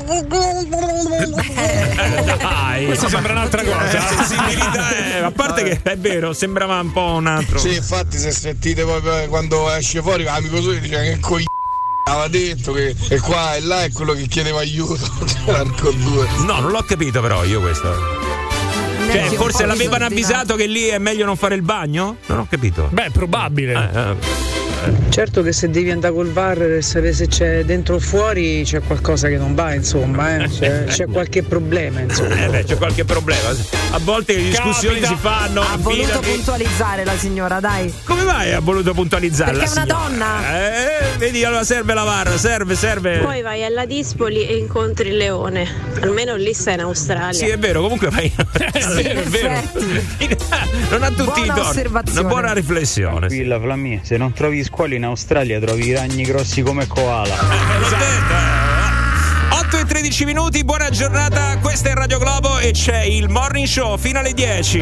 Dai, questo sembra un'altra cosa. Eh, sensibilità, eh, a parte che è vero, sembrava un po' un altro. Sì, infatti se sentite poi quando esce fuori l'amico suo dice che coglione aveva detto che e qua e là è quello che chiedeva aiuto. No, non l'ho capito però io questo. Cioè, forse l'avevano avvisato che lì è meglio non fare il bagno? Non ho capito. Beh, probabile. Eh, eh. Certo che se devi andare col V A R per sapere se c'è dentro o fuori c'è qualcosa che non va, insomma, eh. c'è, c'è qualche problema, insomma. Eh beh, c'è qualche problema. A volte le discussioni Capita. si fanno. Ha voluto fidati. puntualizzare la signora, dai. Come mai ha voluto puntualizzare? Perché la è una signora? donna. Eh, vedi, allora serve la V A R, serve, serve. Poi vai alla Dispoli e incontri il leone. Almeno lì sei in Australia. Sì, è vero, comunque vai. È vero, è vero. Non ha tutti Buona i torti. osservazione. Una buona riflessione. Tranquilla, Flammi, se non trovi squali in Australia trovi i ragni grossi come koala. otto e tredici minuti, buona giornata, questa è Radio Globo e c'è il Morning Show fino alle dieci.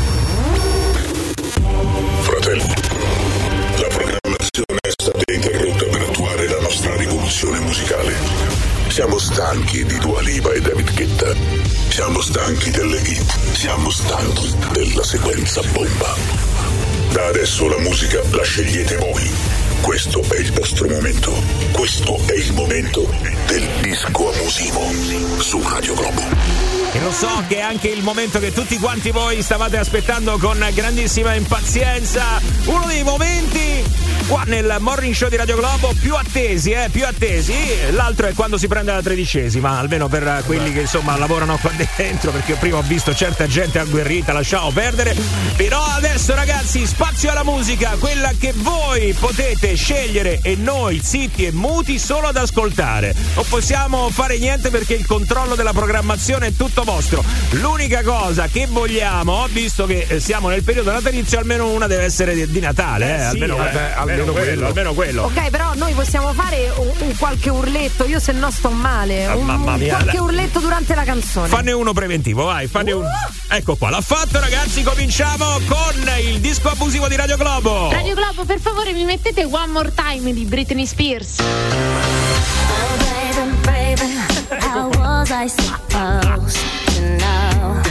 Fratelli, la programmazione è stata interrotta per attuare la nostra rivoluzione musicale. Siamo stanchi di Dua Lipa e David Guetta. Siamo stanchi delle hit. Siamo stanchi della sequenza bomba. Da adesso la musica la scegliete voi. Questo è il vostro momento. Questo è il momento del disco abusivo su Radio Globo. E lo so che è anche il momento che tutti quanti voi stavate aspettando con grandissima impazienza. Uno dei momenti qua nel Morning Show di Radio Globo più attesi, eh, più attesi. L'altro è quando si prende la tredicesima, almeno per quelli che insomma lavorano qua dentro, perché io prima ho visto certa gente agguerrita, lasciamo perdere. Però adesso ragazzi, spazio alla musica, quella che voi potete scegliere e noi zitti e muti solo ad ascoltare. Non possiamo fare niente perché il controllo della programmazione è tutto vostro. L'unica cosa che vogliamo, visto che siamo nel periodo natalizio, almeno una deve essere di, di Natale, eh, Eh, sì, almeno, eh, eh, beh, almeno, almeno quello, quello. almeno quello. Ok, però noi possiamo fare un, un qualche urletto. Io se no sto male. Ah, Un, mamma mia, qualche dai. urletto durante la canzone. Fanne uno preventivo, vai, fanne uno. Ecco qua, l'ha fatto ragazzi, cominciamo con il disco abusivo di Radio Globo. Radio Globo, per favore mi mettete One More Time di Britney Spears. Baby, baby, how was I supposed to know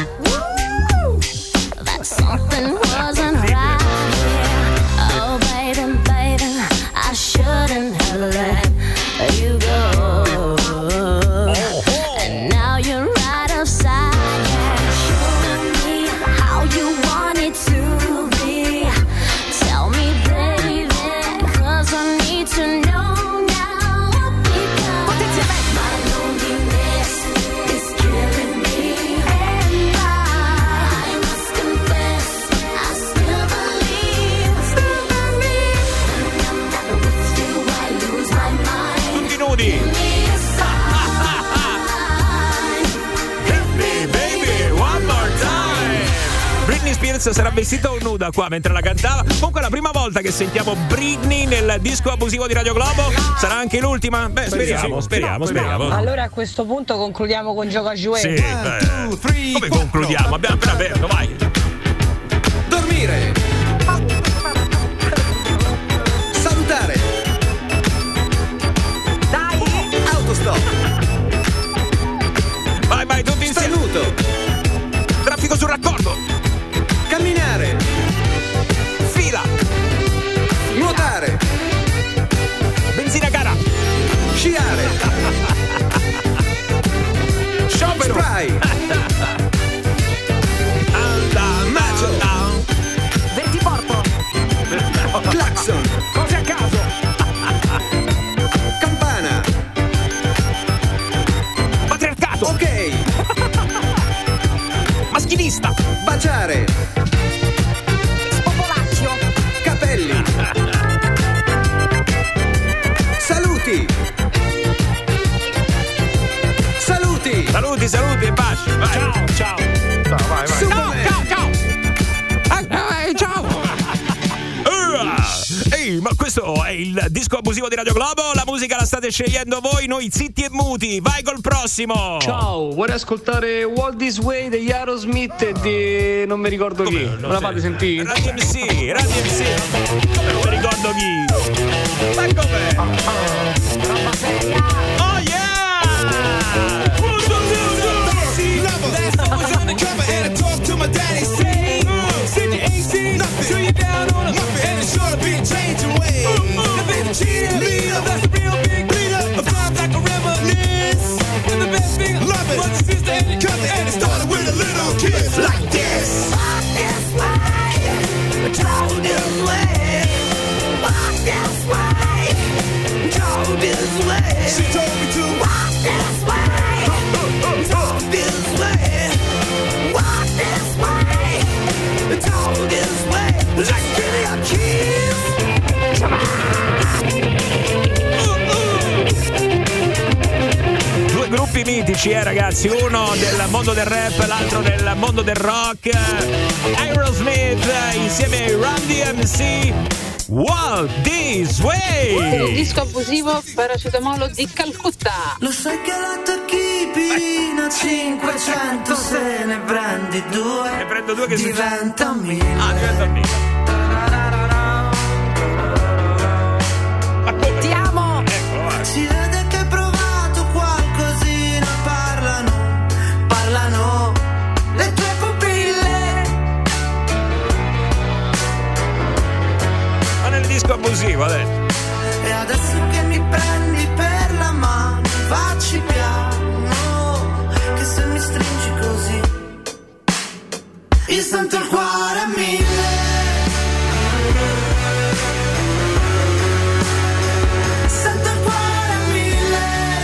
that something wasn't right here? Oh, baby, baby, I shouldn't have let you go. And now you're right outside, yeah, showing me how you want it to be. Tell me, baby, 'cause I need to know. Britney Spears sarà vestita o nuda qua mentre la cantava. Comunque è la prima volta che sentiamo Britney nel disco abusivo di Radio Globo. Sarà anche l'ultima? Beh, speriamo, speriamo, speriamo. Allora a questo punto concludiamo con Gioca Giuè. Sì, beh, come concludiamo? Abbiamo appena aperto, vai. Dormire. Salutare. Dai. Autostop. Vai, vai, tutti insieme. Saluto. Traffico sul raccordo. Camminare. Fila. Nuotare. Benzina cara. Sciare. Sciopero. Spray. Macio. Vertiporto. Claxon. Cose a caso. Campana. Patriarcato. Ok. Maschilista. Baciare. Spopolaccio. Capelli. Saluti. e baci, vai. Ciao, ciao. Ciao, vai, vai. Ciao, ciao, ciao. Ah, ciao. Ehi, ma questo è il disco abusivo di Radio Globo, la musica la state scegliendo voi, noi zitti e muti, vai col prossimo. Ciao, vorrei ascoltare Walk This Way degli Aerosmith e di non mi ricordo chi. Come, Me la fate sentire? Radio M C, Radio M C. Non mi ricordo chi. Ma com'è? Oh yeah! Like this. Walk this way, go this way. Walk this way, go this way. She told me to walk this way, go this way. Walk this way, go this way. Let's give me a kiss. Come Due gruppi mitici, eh ragazzi, uno del mondo del rap, l'altro del mondo del rock. Aerosmith insieme ai Run D M C, Walk This Way. Disco abusivo, paracetamolo di Calcutta. Lo sai che la tachipirina cinquecento se ne prendi due. Ne prendo due che diventa mille. Ah, diventa mille. Ti amo. Ecco, Si vede che hai provato qualcosina, parlano, parlano le tue pupille. ma nel disco abusivo adesso. E adesso che mi prendi per la mano, facci piano, che se mi stringi così io sento il cuore a mille. Sento il cuore a mille.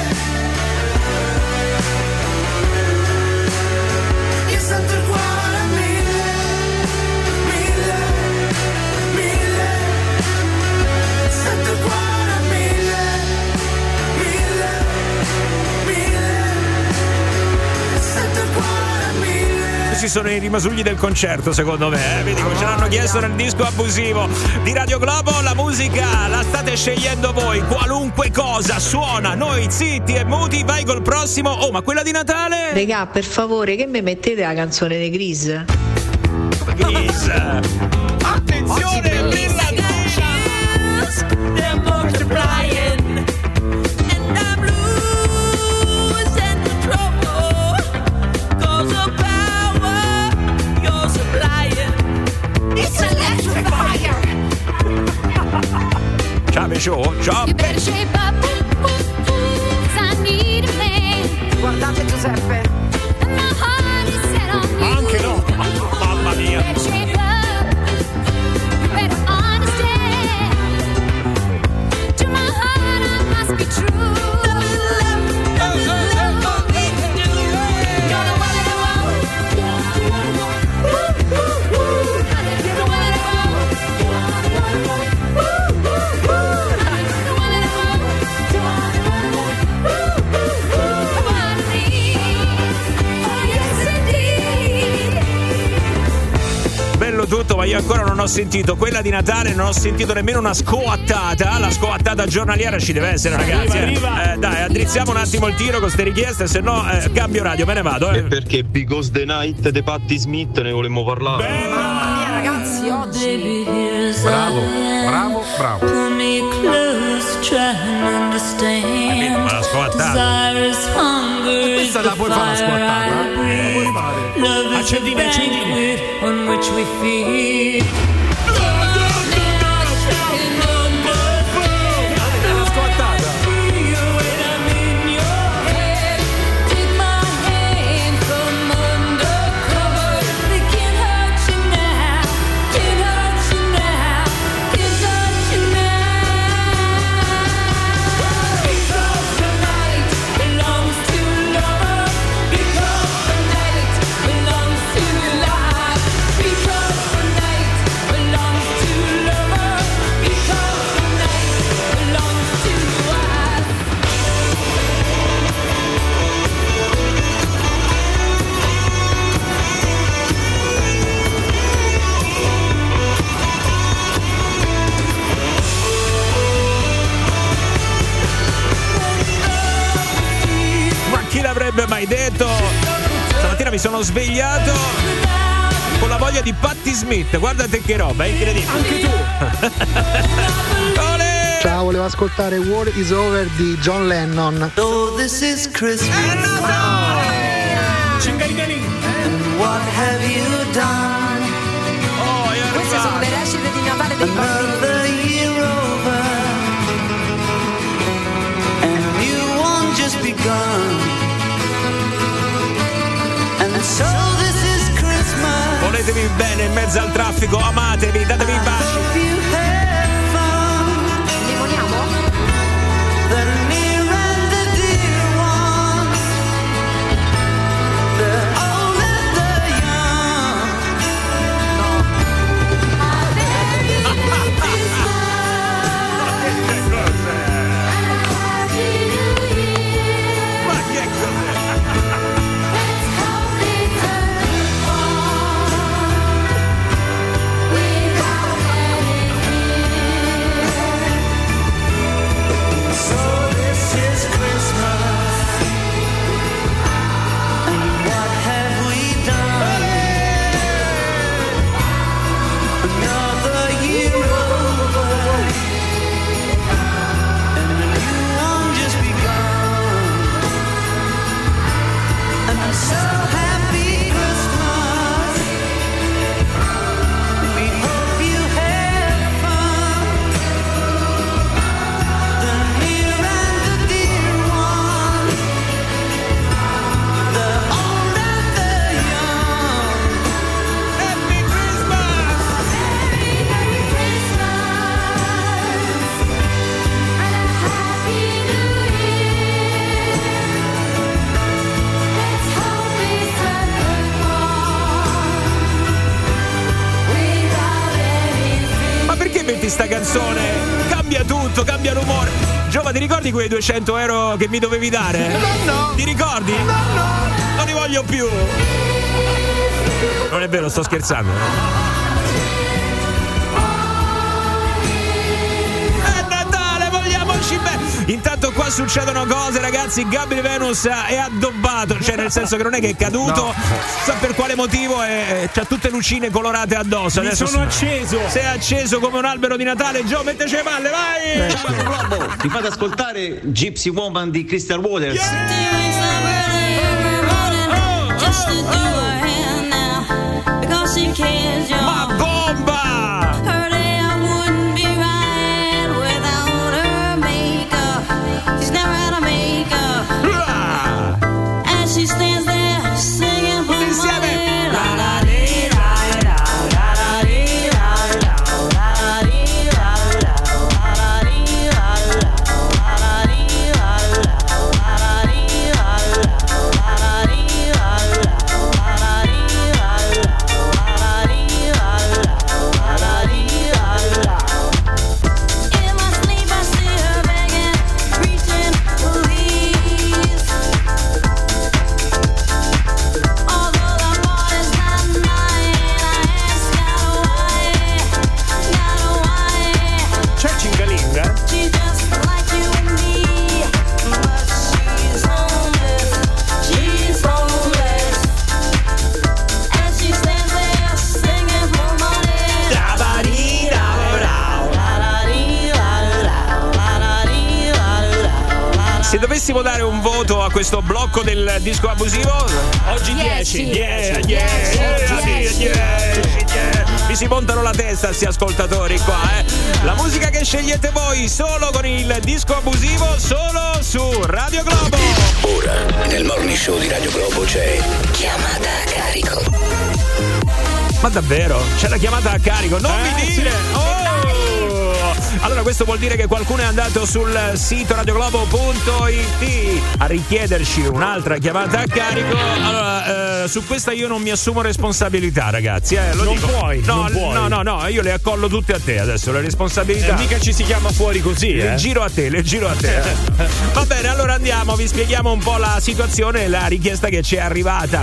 Io sento il cuore a mille. Mille, mille. Sento il cuore a mille. Mille, mille. Sento il cuore a mille. Questi sono i rimasugli del concerto, secondo me, eh? Vedi come ce l'hanno chiesto nel disco abusivo di Radio Globo. La musica la state scegliendo voi, qualunque cosa suona, noi zitti e muti. Vai col prossimo. Oh, ma quella di Natale? Regà, per favore, che mi mettete la canzone dei Gris? Gris. Attenzione, brillantina. They're multiplying, and I'm losing control. 'Cause the power you're supplying, it's electrifying. Ciao, Pesciò. Ciao. You better shape up, 'cause I need a man. Guardate Giuseppe. And my heart is set on you. Anche no. Mamma mia. Better shape up, you better understand. To my heart I must be true. Bello tutto, ma io ancora non ho sentito quella di Natale, non ho sentito nemmeno una scoattata. La scoattata giornaliera ci deve essere, ragazzi. Arriva, eh. Eh, dai, addrizziamo un attimo il tiro con ste richieste, se no eh, cambio radio, me ne vado. Eh. E perché Because the Night dei Patti Smith ne volemmo parlare. Mamma mia, ragazzi, oggi. Bravo, bravo, bravo. Ma la scoattata. Questa la puoi fare la scoattata? Eh? Puoi fare. Accendini, accendini. On which we feed. Because the night belongs to love. Because the night avrebbe mai detto? Stamattina mi sono svegliato con la voglia di Patti Smith. Guardate che roba, è incredibile. Anche tu. Olè! Ciao, volevo ascoltare War is Over di John Lennon. So this is Christmas. Cingalingaling. And what have you done? Oh, queste sono le recite di Natale dei bambini. Another year over. And you won't just begun. And so this is Christmas. Voletevi bene in mezzo al traffico, amatevi, datevi i baci. Sta canzone cambia tutto, cambia l'umore. Giova, ti ricordi quei duecento euro che mi dovevi dare? No, no. Ti ricordi? No, no. Non li voglio più. Non è vero, sto scherzando. È Natale, vogliamoci bene. Intanto qua succedono cose, ragazzi. Gabriel Venus è addobbato, cioè nel senso che non è che è caduto, no. Sa per quale motivo, e c'ha tutte lucine colorate addosso. Mi adesso sono acceso. Sei acceso come un albero di Natale. Gio, metteci le palle, vai! Globo, mi fate ascoltare Gypsy Woman di Crystal Waters? Ma bomba! Se dovessimo dare un voto a questo blocco del disco abusivo, oggi dieci, dieci, dieci, mi si montano la testa sti ascoltatori qua, eh. La musica che scegliete voi solo con il disco abusivo, solo su Radio Globo. Ora, nel Morning Show di Radio Globo c'è chiamata a carico. Ma davvero? C'è la chiamata a carico? Non eh, mi dire! Sì. Oh! Allora questo vuol dire che qualcuno è andato sul sito radioglobo punto it a richiederci un'altra chiamata a carico. Allora eh, su questa io non mi assumo responsabilità, ragazzi, eh, lo non dico. puoi, no, non puoi. no, no, no, io le accollo tutte a te adesso, le responsabilità. Eh, mica ci si chiama fuori così, le eh. giro a te, le giro a te. Va bene, allora andiamo, vi spieghiamo un po' la situazione e la richiesta che ci è arrivata.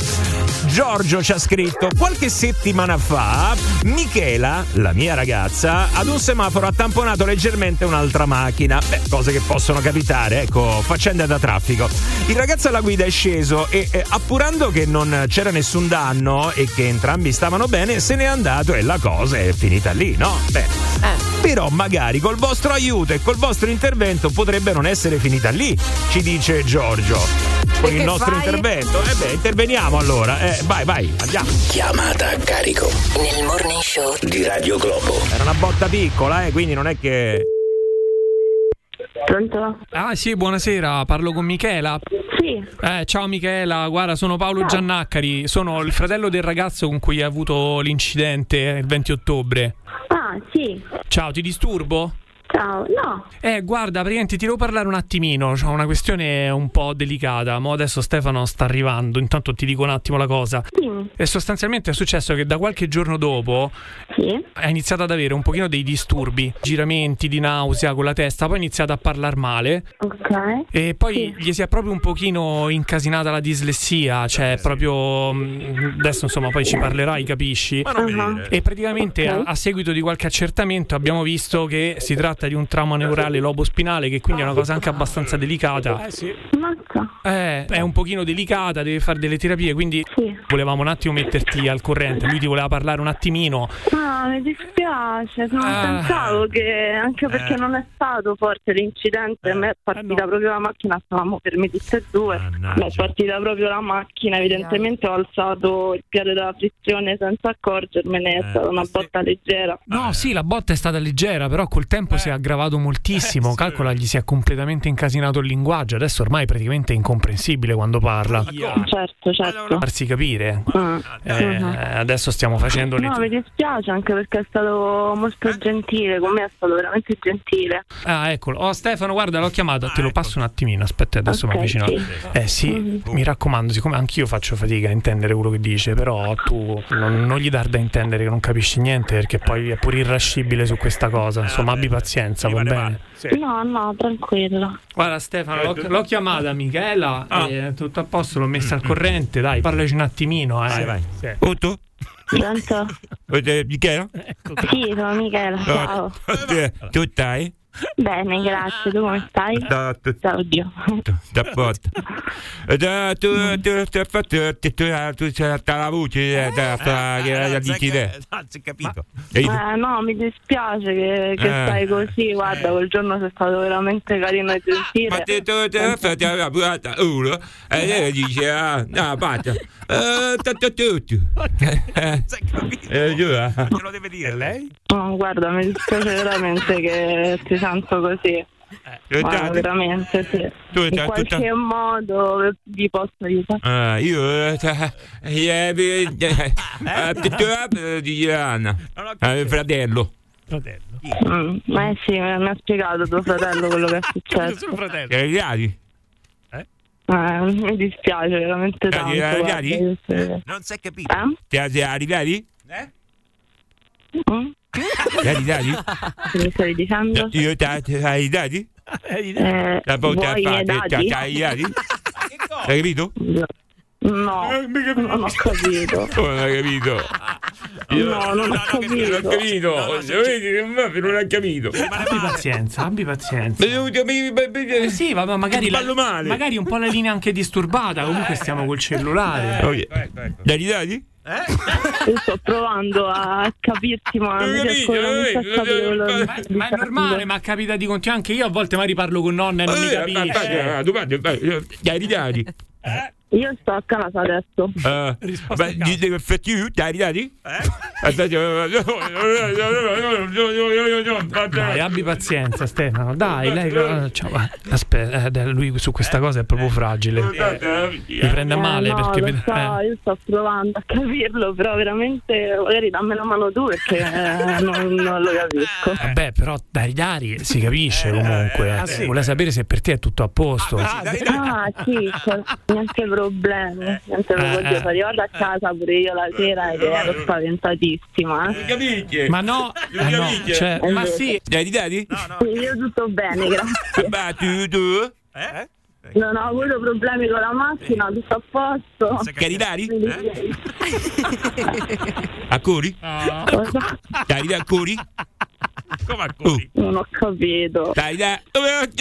Giorgio ci ha scritto: qualche settimana fa Michela, la mia ragazza, ad un semaforo ha tamponato leggermente un'altra macchina. Beh, cose che possono capitare, ecco, faccende da traffico. Il ragazzo alla guida è sceso e eh, appurando che non c'era nessun danno e che entrambi stavano bene, se n'è andato e la cosa è finita lì, no? Beh, eh. Però magari col vostro aiuto e col vostro intervento potrebbe non essere finita lì, ci dice Giorgio. Con il nostro fai? intervento. Eh beh, interveniamo allora. Eh, vai, vai, andiamo. Chiamata a carico nel Morning Show di Radio Globo. Era una botta piccola, eh, quindi non è che... Pronto? Ah sì, buonasera, parlo con Michela. Sì. Eh, ciao Michela, guarda, sono Paolo ciao. Giannaccari, sono il fratello del ragazzo con cui hai avuto l'incidente il venti ottobre. Ah, sì. Ciao, ti disturbo? Ciao, no. Eh, guarda, praticamente ti devo parlare un attimino, c'ho una questione un po' delicata. Mo adesso Stefano sta arrivando, intanto ti dico un attimo la cosa. Sì. E sostanzialmente è successo che da qualche giorno dopo sì. ha iniziato ad avere un pochino dei disturbi, giramenti di nausea con la testa, poi ha iniziato a parlare male. Ok. E poi sì. gli si è proprio un pochino incasinata la dislessia, cioè proprio adesso insomma poi ci parlerai, capisci? Uh-huh. E praticamente okay. a, a seguito di qualche accertamento abbiamo visto che si tratta di un trauma neurale lobospinale, che quindi è una cosa anche abbastanza delicata. Eh sì. Mazza. Eh, è un pochino delicata, deve fare delle terapie, quindi sì. volevamo un attimo metterti al corrente. Lui ti voleva parlare un attimino. Ah, mi dispiace, non ah. pensavo che, anche perché eh. non è stato forte l'incidente, a me è partita eh no. proprio la macchina, stavamo fermi tutti e due, ah, mi è partita proprio la macchina, evidentemente ho alzato il piede dalla frizione senza accorgermene, è eh. stata una botta leggera. No, sì, la botta è stata leggera, però col tempo eh. si è aggravato moltissimo, eh, sì. calcola, gli si è completamente incasinato il linguaggio, adesso ormai praticamente è incomprensibile quando parla. Certo, certo. Farsi capire. Mm. Eh, uh-huh. Adesso stiamo facendo le... No, mi dispiace anche perché è stato molto gentile, con me è stato veramente gentile. Ah, eccolo. Oh, Stefano, guarda, l'ho chiamato, te lo passo un attimino, aspetta, adesso okay, mi avvicino. Sì. Eh sì, mm-hmm. mi raccomando, siccome anch'io faccio fatica a intendere quello che dice, però tu non, non gli dar da intendere che non capisci niente, perché poi è pure irascibile su questa cosa. Insomma, abbi pazienza, va bene? Sì. No, no, tranquillo. Guarda Stefano, l'ho, l'ho chiamata Michela, ah. e tutto a posto, l'ho messa al corrente, dai, parlaci un attimino, eh. Vai, vai. Sì. Oh, tu? Pronto? Michela? Ecco. Sì, sono Michela, ciao. Tu stai? Bene, grazie, tu come stai? Da, tu, da oddio. Da porta. Da, tu, tu, tu, tu, tu, tu c'è la voce, che dici te. Non si è capito. Eh, no, mi dispiace che, che eh. stai così, guarda, quel giorno sei stato veramente carino e gentile. Ma te, tu, te, fatti la purata uno, e lei dice, ah, no, basta. Tutto, tutto. Sei capito? Ce lo deve dire lei? No, guarda, mi dispiace veramente che ti sento così. Eh, ma veramente sì. Tu, in qualche tutta... modo vi posso aiutare. Ah, io di Anna, fratello. Fratello. Mm, ma eh sì, mi ha spiegato tuo fratello quello che è successo. Suo fratello. Ti arrivati? Eh, mi dispiace veramente tanto. Ti arrivati? Eh? Non si è capito. Eh? Ti arrivati? Eh? Mm? Ti arrivati? Mi stai dicendo? Io ti hai dati? Eh, la botta vuoi a dati? Ti hai dati? Hai capito? No, non ho capito. Come non hai capito? Io no, non ho capito. Non ho capito. Vedi, non hai capito. Abbi pazienza, abbi pazienza. Eh sì, vabbè, magari la, magari un po' la linea anche disturbata. Comunque stiamo col cellulare. Oh, yeah. Dai, dai. Eh? Io sto provando a capirti, ma non riesco veramente a capire. Ma, ma è normale, ma capita di continuare. Anche io a volte magari parlo con nonna e non mi capisce. Tu parli, dai, dai. Eh? Io sto a casa adesso. Uh, beh, devi effettuare, dai, dai. Eh? Dai, abbi pazienza, Stefano. Dai, lei. Ciao, aspetta, eh, lui su questa cosa è proprio fragile. Mi prende a male eh, no, perché. Lo so, eh. Io sto provando a capirlo, però veramente magari dammi la mano tu perché eh, non, non lo capisco. Vabbè, però dai, Dari si capisce comunque. Ah, sì. Vuole sapere se per te è tutto a posto. Ah, sì, niente problemi. Niente problemi. Eh, eh. Arrivato a casa pure io la sera ed ero spaventatissima. Eh. Ma no, eh no cioè, ma sì. Dai, dai. No, no. Io tutto bene, grazie. Ma tu, tu? Eh? Non ho avuto problemi con la macchina, tutto a posto. Carinari? Eh? Accuri? Cosa? Carinari accuri? Come accuri? Uh. Non ho capito. Carinari, come ho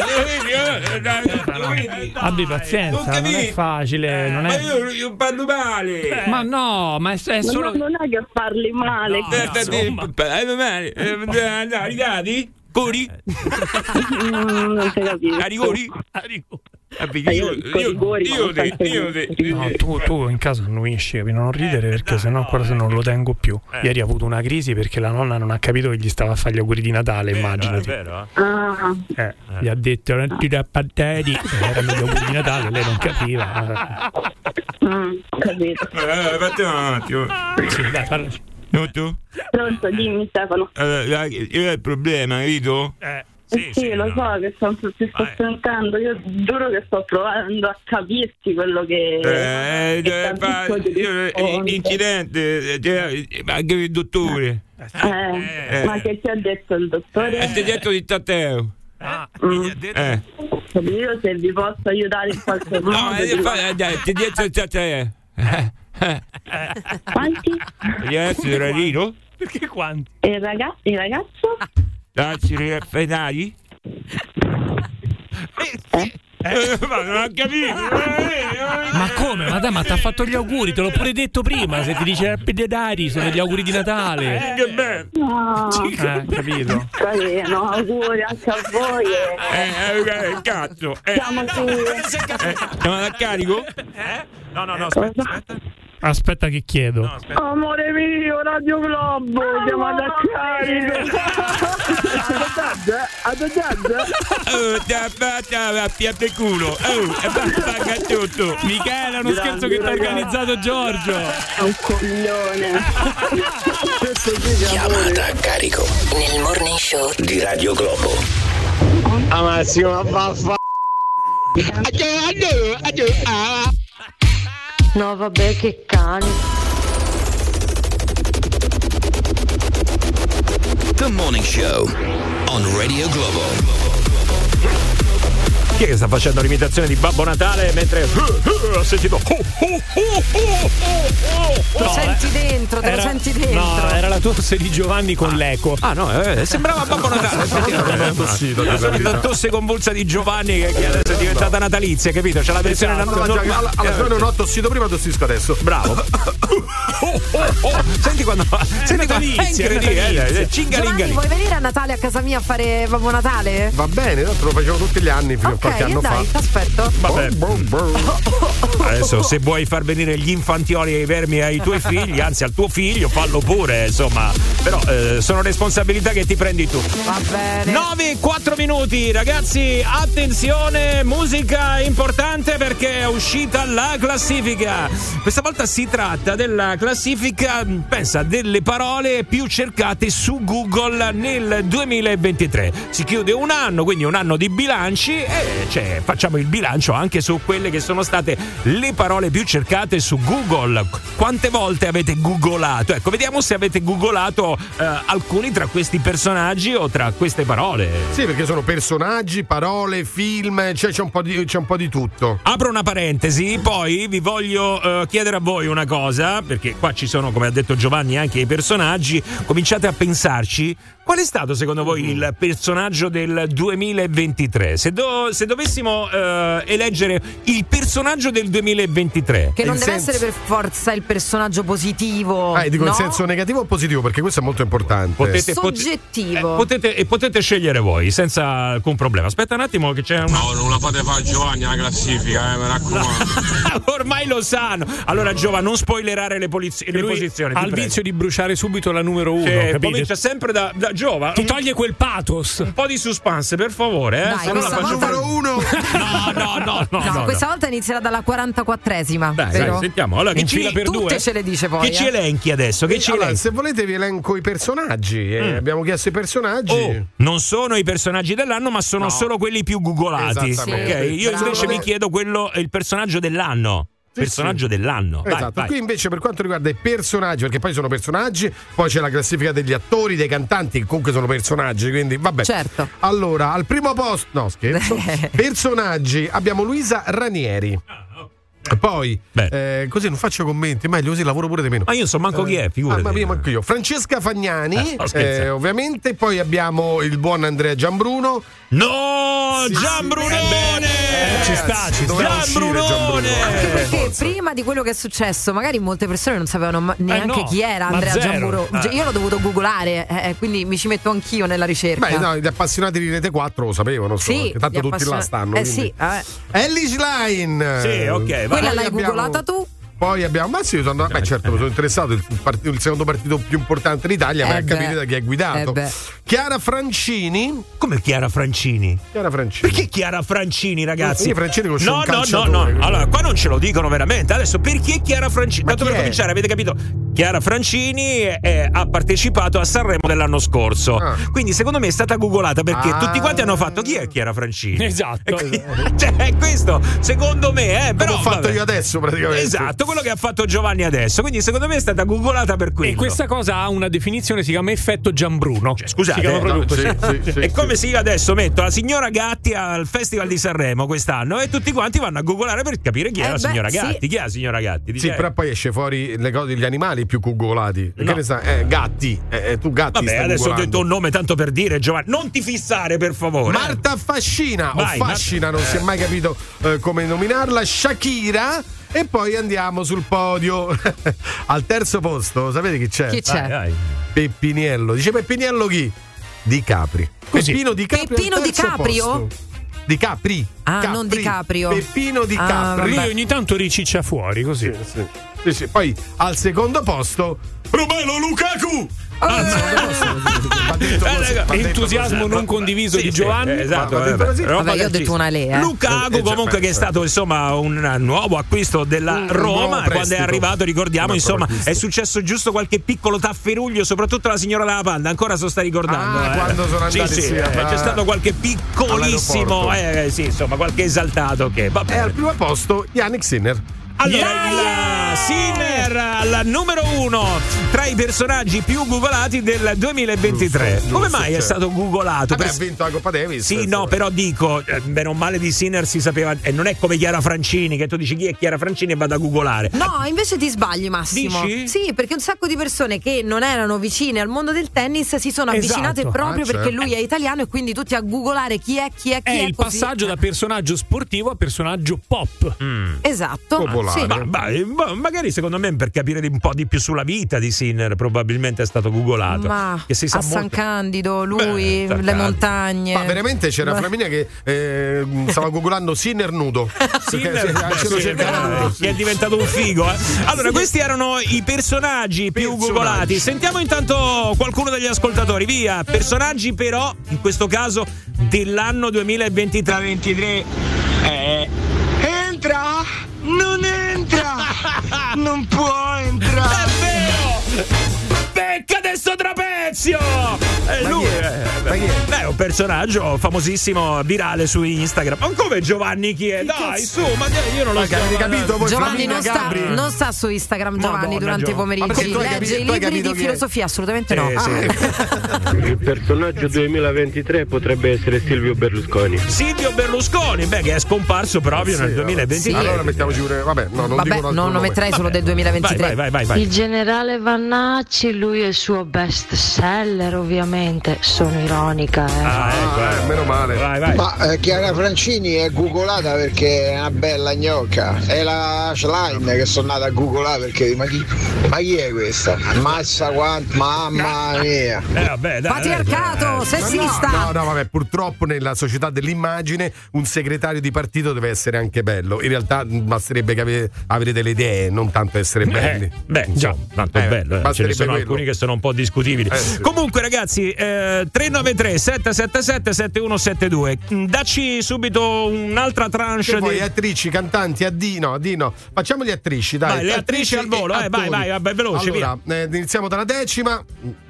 capito? Abbi pazienza, non è facile. Non è... Ma io, io parlo male. Eh. Ma no, ma è, è solo. No, non è che parli male. No, no, parlo male. Arrivati? Cori? Non si capisce. Arigori? Io, io, io, io, io, no, tu, tu in casa annuisci, non ridere perché sennò qua se non lo tengo più. Ieri ha avuto una crisi perché la nonna non ha capito che gli stava a fare gli auguri di Natale, immaginati. Ah. Eh, gli ha detto non ti da panteri, erano gli auguri di Natale, lei non capiva. Mm, capito. Eh, fatti un attimo. Sì, dai, parlaci. No, tu? Pronto, dimmi Stefano. Allora, io ho il problema, capito? Eh. Sì, sì, sì, lo no. so che sto, ti sto sentendo, io giuro che sto provando a capirti quello che... Eh, che eh fa, io, incidente, anche il dottore. Eh, eh. Ma che ti ha detto il dottore? Eh, ti ha detto di Tatteo. Ah, mm. eh. Io se vi posso aiutare in qualche modo... No, ti ha detto di Tatteo. Quanti? Gli ragazzi del Radino? Perché quanti? Il, raga- il ragazzo? Ragazzi fenali? Eh? Eh, ma non ho capito. Ma come? Ma dai, ma ti ha fatto gli auguri, te l'ho pure detto prima. Se ti dice Happy Daddy, sono gli auguri di Natale. Eh, che bello. No. Eh, capito? Carino, auguri anche a voi. Eh, eh, eh cazzo. Eh. Siamo qui. Eh, siamo da carico? Eh? No, no, no, aspetta, aspetta. Aspetta che chiedo. No, amore mio, Radio Globo, siamo ad carico. A piatte culo. Oh, e paga tutto. Michela, uno scherzo che ti ha organizzato Giorgio. È un coglione. Chiamata a carico nel morning show di Radio Globo. Ah, Massimo, vaffa. No, vabbè, che cani. The Morning Show on Radio Globo. Chi è che sta facendo l'imitazione di Babbo Natale mentre ho sentito Lo no, senti dentro, te era, lo senti dentro. No, era la tosse di Giovanni con ah. l'eco. Ah no, eh, sembrava Babbo Natale. La solita tosse convulsa di Giovanni che, che adesso è diventata natalizia, capito? C'è la versione esatto, no, normale. Alla, alla fine non ho tossito prima, tossisco adesso. Bravo. Oh, oh, oh. Senti quando senti quando inizia, Giovanni, vuoi venire a Natale a casa mia a fare Babbo Natale? Va bene, tanto lo facevo tutti gli anni fino a qualche anno dai, fa. Aspetto. Vabbè. Adesso se vuoi far venire gli infantioli e i vermi ai tuoi figli, anzi al tuo figlio, fallo pure, insomma. Però eh, sono responsabilità che ti prendi tu. Va bene. nove e quattro minuti, ragazzi, attenzione, musica importante perché è uscita la classifica. Questa volta si tratta della classifica, pensa, delle parole più cercate su Google nel duemilaventitré. Si chiude un anno, quindi un anno di bilanci e cioè, facciamo il bilancio anche su quelle che sono state le parole più cercate su Google. Quante volte avete googolato? Ecco, vediamo se avete googolato eh, alcuni tra questi personaggi o tra queste parole. Sì, perché sono personaggi, parole, film, cioè c'è un po' di, c'è un po' di tutto. Apro una parentesi, poi vi voglio eh, chiedere a voi una cosa, perché qua ci sono, come ha detto Giovanni, anche i personaggi. Cominciate a pensarci. Qual è stato secondo voi il personaggio del duemilaventitré? Se, do, se dovessimo uh, eleggere il personaggio del duemilaventitré, che non il deve senso... essere per forza il personaggio positivo. Ah, dico no? in senso negativo o positivo? Perché questo è molto importante. Potete, Soggettivo. Eh, potete, e potete scegliere voi senza alcun problema. Aspetta un attimo che c'è una... No, non la fate fare Giovanni la classifica, eh, mi raccomando. Ormai lo sanno. Allora Giova, non spoilerare le, poliz- le posizioni. Ha il vizio di bruciare subito la numero uno. Sì, comincia sempre da, da Giova. Ti toglie quel pathos. Un po' di suspense, per favore. Eh? Dai, allora faccio numero uno. No, no, no, no. No, no questa no. volta inizierà dalla quarantaquattresima. Dai, vero? dai, sentiamo. Allora, che ci, per tutte due. ce le dice poi. Che eh? ci elenchi adesso? Che ci allora, elenchi? se volete vi elenco i personaggi. Eh, mm. Abbiamo chiesto i personaggi. Oh, non sono i personaggi dell'anno, ma sono no. solo quelli più googolati. Esattamente. Okay? Io Bravo. invece mi chiedo quello, il personaggio dell'anno. personaggio sì. dell'anno. Vai, esatto, vai. Qui invece per quanto riguarda i personaggi, perché poi sono personaggi, poi c'è la classifica degli attori, dei cantanti, che comunque sono personaggi, quindi vabbè. Certo. Allora, al primo posto, no scherzo, personaggi, abbiamo Luisa Ranieri. Poi, eh, così non faccio commenti, meglio così lavoro pure di meno. Ma io so manco eh, chi è, figurati. Ah, ma io manco io. Francesca Fagnani, eh, eh, ovviamente. Poi abbiamo il buon Andrea Gianbruno. No, sì, Gianbrunone! Sì. Eh, ci sta, ci sta. Gianbrunone! Anche perché prima di quello che è successo, magari molte persone non sapevano neanche eh no, chi era Andrea Gianbrunone. Eh. Io l'ho dovuto googolare, eh, quindi mi ci metto anch'io nella ricerca. Beh, no, gli appassionati di Rete quattro lo sapevano, so, sì, tanto tutti appassion... là stanno. Eh quindi. sì, vabbè. Ellie Schlein. Sì, ok. Quella vai. l'hai abbiamo... googolata tu? Poi abbiamo, ma sì, sono andato, beh certo, mi sono interessato, il, partito, il secondo partito più importante d'Italia, per eh capire da chi è guidato. Eh Chiara Francini. Come Chiara Francini? Chiara Francini. Perché Chiara Francini, ragazzi? Io Francini conosco no, un no, no, no, allora qua non ce lo dicono veramente. Adesso perché Chiara Francini? Tanto per cominciare, avete capito? Chiara Francini è, è, ha partecipato a Sanremo dell'anno scorso. Ah. Quindi secondo me è stata googolata perché ah. tutti quanti hanno fatto chi è Chiara Francini? Esatto. Quindi, cioè, è questo, secondo me, eh, però l'ho fatto vabbè. io adesso praticamente. Esatto, quello che ha fatto Giovanni adesso. Quindi secondo me è stata googolata per quello. E questa cosa ha una definizione, si chiama effetto Gianbruno. Cioè, scusate, si chiama proprio no, così. Sì, sì, sì, è come se io adesso metto la signora Gatti al Festival di Sanremo quest'anno e tutti quanti vanno a googolare per capire chi è eh la beh, signora Gatti. Sì. Chi è la signora Gatti? Dice, sì, però poi esce fuori le cose, gli animali più googolati. No. Che ne sa? Eh, Gatti. Eh, eh, tu Gatti. Vabbè, adesso googolando. Ho detto un nome tanto per dire, Giovanni. Non ti fissare, per favore. Marta Affascina Vai, o Fascina, Marta... non si è mai capito eh, come nominarla. Shakira. E poi andiamo sul podio. Al terzo posto, sapete chi c'è? Chi c'è? Vai, vai. Peppiniello. Dice Peppiniello chi? Di Capri. Così. Peppino Di Capri. Peppino Di Caprio? Posto. Di Capri. Ah, Capri. non Di Caprio. Peppino Di ah, Capri. Lui ogni tanto riciccia fuori così. Sì, sì. Sì, sì. Poi al secondo posto Romelu Lukaku. Ah, eh, entusiasmo non condiviso sì, di Giovanni. Sì, esatto, ah, vabbè, vabbè, io ho detto una lei. Eh. Lukaku comunque che è stato insomma un nuovo acquisto della un Roma quando è arrivato, ricordiamo un insomma è successo giusto qualche piccolo tafferuglio, soprattutto la signora della Panda ancora se lo sta ricordando. Ah, eh. quando sono andati sì, sì, sì, eh, c'è stato qualche piccolissimo eh, sì, insomma qualche esaltato che va bene. E al primo posto Yannick Sinner. Allora, yeah! il Sinner al numero uno tra i personaggi più googolati del duemilaventitré. Giusto, giusto, Come mai certo. è stato googolato? Vabbè, per... ha vinto la Coppa Davis. Sì, no, però dico, bene o male di Sinner si sapeva, e eh, non è come Chiara Francini, che tu dici chi è Chiara Francini e vado a googolare. No, invece ti sbagli, Massimo. Dici? Sì, perché un sacco di persone che non erano vicine al mondo del tennis si sono avvicinate esatto. proprio ah, perché certo. lui è italiano e quindi tutti a googolare chi è, chi è, chi è. È il così. passaggio da personaggio sportivo a personaggio pop. Mm. Esatto. Popolare. Sì. Ma, ma, ma, magari secondo me per capire un po' di più sulla vita di Sinner probabilmente è stato googolato. Ma che si sa a San molto... Candido, lui, Beh, le montagne. Ma veramente c'era Flaminia che eh, stava googolando Sinner nudo. Sinner, beh, sì, sì, che è diventato un figo. Eh. Allora, sì. questi erano i personaggi più personaggi. googolati. Sentiamo intanto qualcuno degli ascoltatori. Via, personaggi però, in questo caso, dell'anno duemilaventitré. ventitré Eh. Entra! Non entra! Non può entrare! È vero! Becca adesso trapezio! E Ma lui chi è? Ma chi è? Beh, è un personaggio famosissimo, virale su Instagram. Ma come Giovanni chi è? Chi Dai, cazzo? su, ma io non lo so. Avete capito voi? Giovanni non sta, Gabri? non sta su Instagram Giovanni Madonna, durante Gio. i pomeriggi. Ma Legge i libri di filosofia, assolutamente no. Eh, sì. Ah. Il personaggio duemilaventitré potrebbe essere Silvio Berlusconi. Silvio Berlusconi, beh, che è scomparso proprio sì, nel duemilaventitré. Sì. Allora mettiamoci pure. Vabbè, no, non Vabbè, dico un non lo metterai solo del duemilaventitré. Vai, vai, vai, vai. Il generale Vannacci, lui è il suo best seller, ovviamente. Sono ironica, eh. Ah, ecco, Ah, eh. meno male. Vai, vai. Ma eh, Chiara Francini è googolata perché è una bella gnocca. È la Schlein che sono andata a googolare perché ma chi, ma chi è questa? Ammazza quanto, mamma mia. Eh, vabbè, dai, Patriarcato, dai. sessista. No, no, vabbè, purtroppo nella società dell'immagine un segretario di partito deve essere anche bello. In realtà basterebbe che ave- avere delle idee, non tanto essere belli. Eh, beh, già, tanto Eh, è bello. Eh. Ce ne sono quello. alcuni che sono un po' discutibili. Eh, sì. Comunque, ragazzi, eh, tre nove tre sette sette sette sette uno sette due. Dacci subito un'altra tranche. Che poi di attrici, cantanti, addi, no, addi no. Facciamo le attrici, dai. Vai, le attrici al volo, eh, vai, vai, vai, veloce, allora, via. Eh, iniziamo dalla decima.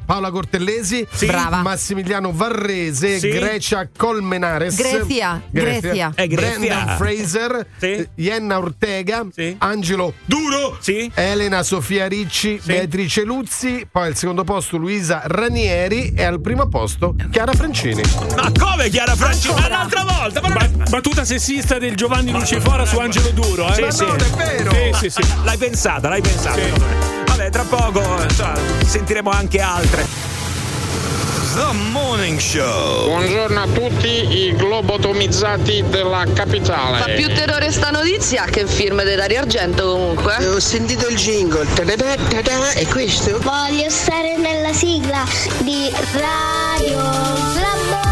Paola Cortellesi, sì. Brava. Massimiliano Varrese, sì. Grecia Colmenares, Grezia, Grezia. Eh, Brendan Fraser, sì. Jenna Ortega, sì. Angelo Duro, sì. Elena Sofia Ricci, sì. Beatrice Luzzi, poi al secondo posto Luisa Ranieri e al primo posto Chiara Francini. Ma come Chiara Francini? Ma un'altra volta! Ma ba- battuta sessista del Giovanni Lucifora su Angelo Duro, eh? Sì, ma sì. non è vero! Sì, sì, sì. L'hai pensata, l'hai pensata. Sì. Vabbè, tra poco cioè, sentiremo anche altre. The Morning Show. Buongiorno a tutti i globotomizzati della capitale. Fa più terrore sta notizia che il film di Dario Argento comunque. Ho sentito il jingle, ta-da-da, ta-da, è questo? Voglio stare nella sigla di Radio Globo.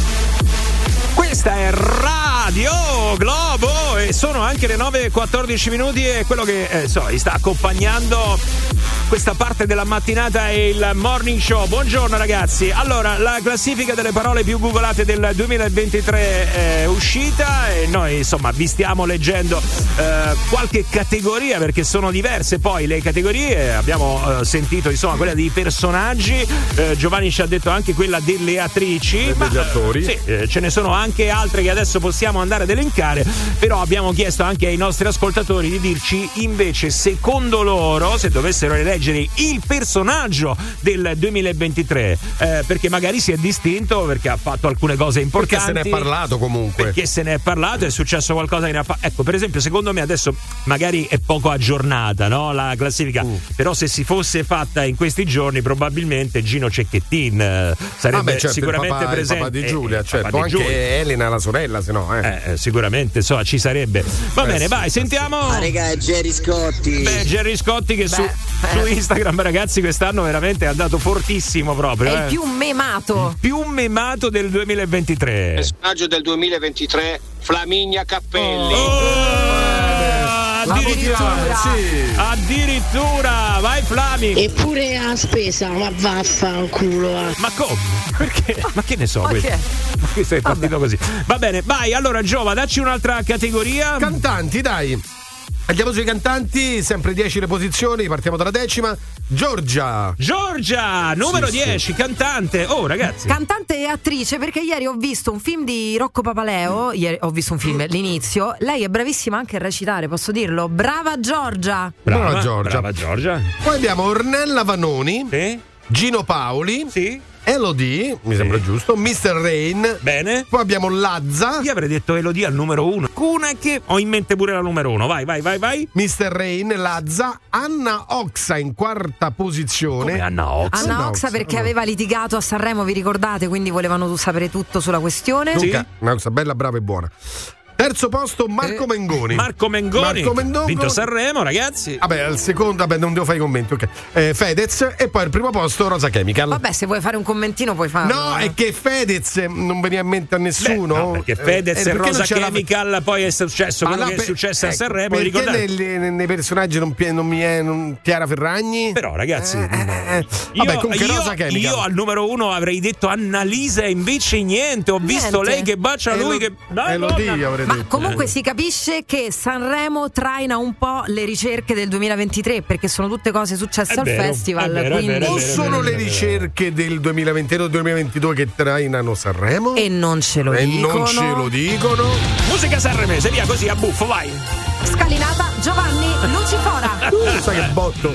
Questa è Radio Globo e sono anche le nove e quattordici minuti e quello che eh, so, sta accompagnando questa parte della mattinata è il Morning Show. Buongiorno ragazzi. Allora, la classifica delle parole più googolate del duemilaventitré è uscita e noi insomma vi stiamo leggendo eh, qualche categoria perché sono diverse poi le categorie. Abbiamo eh, sentito insomma quella dei personaggi, eh, Giovanni ci ha detto anche quella delle attrici, e degli ma, attori. Sì, eh, ce ne sono anche altre che adesso possiamo andare ad elencare, però abbiamo chiesto anche ai nostri ascoltatori di dirci invece secondo loro se dovessero eleggere il personaggio del duemilaventitré, eh, perché magari si è distinto perché ha fatto alcune cose importanti, perché se ne è parlato comunque, perché se ne è parlato, è successo qualcosa che ne ha fatto. Ecco, per esempio secondo me adesso magari è poco aggiornata, no, la classifica, uh. però se si fosse fatta in questi giorni probabilmente Gino Cecchettin eh, sarebbe ah beh, certo, sicuramente il papà, presente, il papà di Giulia, eh, certo, papà anche di Giulia. Elena la sorella, se no eh. Eh, sicuramente so, ci sarebbe. Va eh, bene, sì, vai, sentiamo. Ah, raga, Gerry Scotti. Beh, Gerry Scotti che beh, su, eh. su Instagram, ragazzi, quest'anno veramente è andato fortissimo proprio. È eh. il più memato. Il più memato del duemilaventitré. Personaggio del duemilaventitré, Flaminia Cappelli. Oh! Addirittura, sì. addirittura, vai Flami. Eppure a spesa, ma vaffanculo. Eh. Ma come? Perché? Ma che ne so? Ma questo? Ma questo è partito così. Va bene, vai, allora Giova, dacci un'altra categoria. Cantanti, dai. Andiamo sui cantanti, sempre dieci le posizioni, partiamo dalla decima. Giorgia. Giorgia, numero sì, dieci, sì. cantante. Oh, ragazzi. Cantante e attrice, perché ieri ho visto un film di Rocco Papaleo, ieri ho visto un film, l'inizio. Lei è bravissima anche a recitare, posso dirlo. Brava Giorgia. Brava, brava Giorgia. Brava Giorgia. Poi abbiamo Ornella Vanoni. Sì. Gino Paoli. Sì. Elodie, mi sembra giusto, mister Rain. Bene. Poi abbiamo Lazza. Io avrei detto Elodie al numero uno. Una che ho in mente pure la numero uno. Vai, vai, vai, vai. mister Rain, Lazza. Anna Oxa in quarta posizione. Come Anna Oxa? Anna, Anna Oxa, Oxa perché oh. aveva litigato a Sanremo, vi ricordate? Quindi volevano sapere tutto sulla questione. Sì. Anna Oxa, bella, brava e buona. Terzo posto Marco eh, Mengoni. Marco Mengoni. Marco Mengoni. Vinto Sanremo, ragazzi. Vabbè, al secondo, vabbè, non devo fare i commenti, ok. Eh, Fedez e poi al primo posto Rosa Chemical. Vabbè, se vuoi fare un commentino puoi farlo. No, eh. è che Fedez non veniva in mente a nessuno. Beh, no, perché Fedez eh, e Rosa Chemical la... poi è successo quello che è successo eh, a Sanremo. Perché nei, nei personaggi non, non mi è non, Chiara Ferragni? Però, ragazzi, eh, eh, eh. Vabbè, io, comunque io, Rosa Chemical. Io al numero uno avrei detto Annalisa e invece niente. Ho visto niente. Lei che bacia eh, lui lo, che. Eh, lo dico, avrei Ma detto. comunque si capisce che Sanremo traina un po' le ricerche del duemilaventitré perché sono tutte cose successe è al vero, festival. È vero, quindi... è vero, è o vero, sono è vero, le ricerche del duemilaventidue e duemilaventidue che trainano Sanremo? E non ce lo e dicono. non ce lo dicono. Musica sanremese, via così a buffo, vai. Scalinata Giovanni Lucifora. Uh, sai che botto.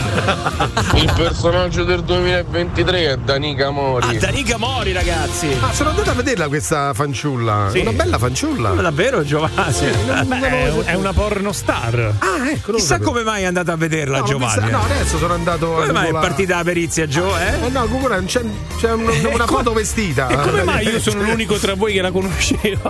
Il personaggio del duemilaventitré è Danica Mori. Ah, Danica Mori, ragazzi. Ma ah, sono andata a vederla questa fanciulla. Sì. Una bella fanciulla. Ma davvero, Giovanni? Sì. Beh, è, è una porno star. Ah, ecco. Chissà come mai è andata a vederla, no, Giovanni. Vista, no, adesso sono andato. Come a mai è la... partita la perizia, Gio? Eh? Eh no, Google c'è, c'è un, una e foto come, vestita. E come mai io sono l'unico tra voi che la conosceva?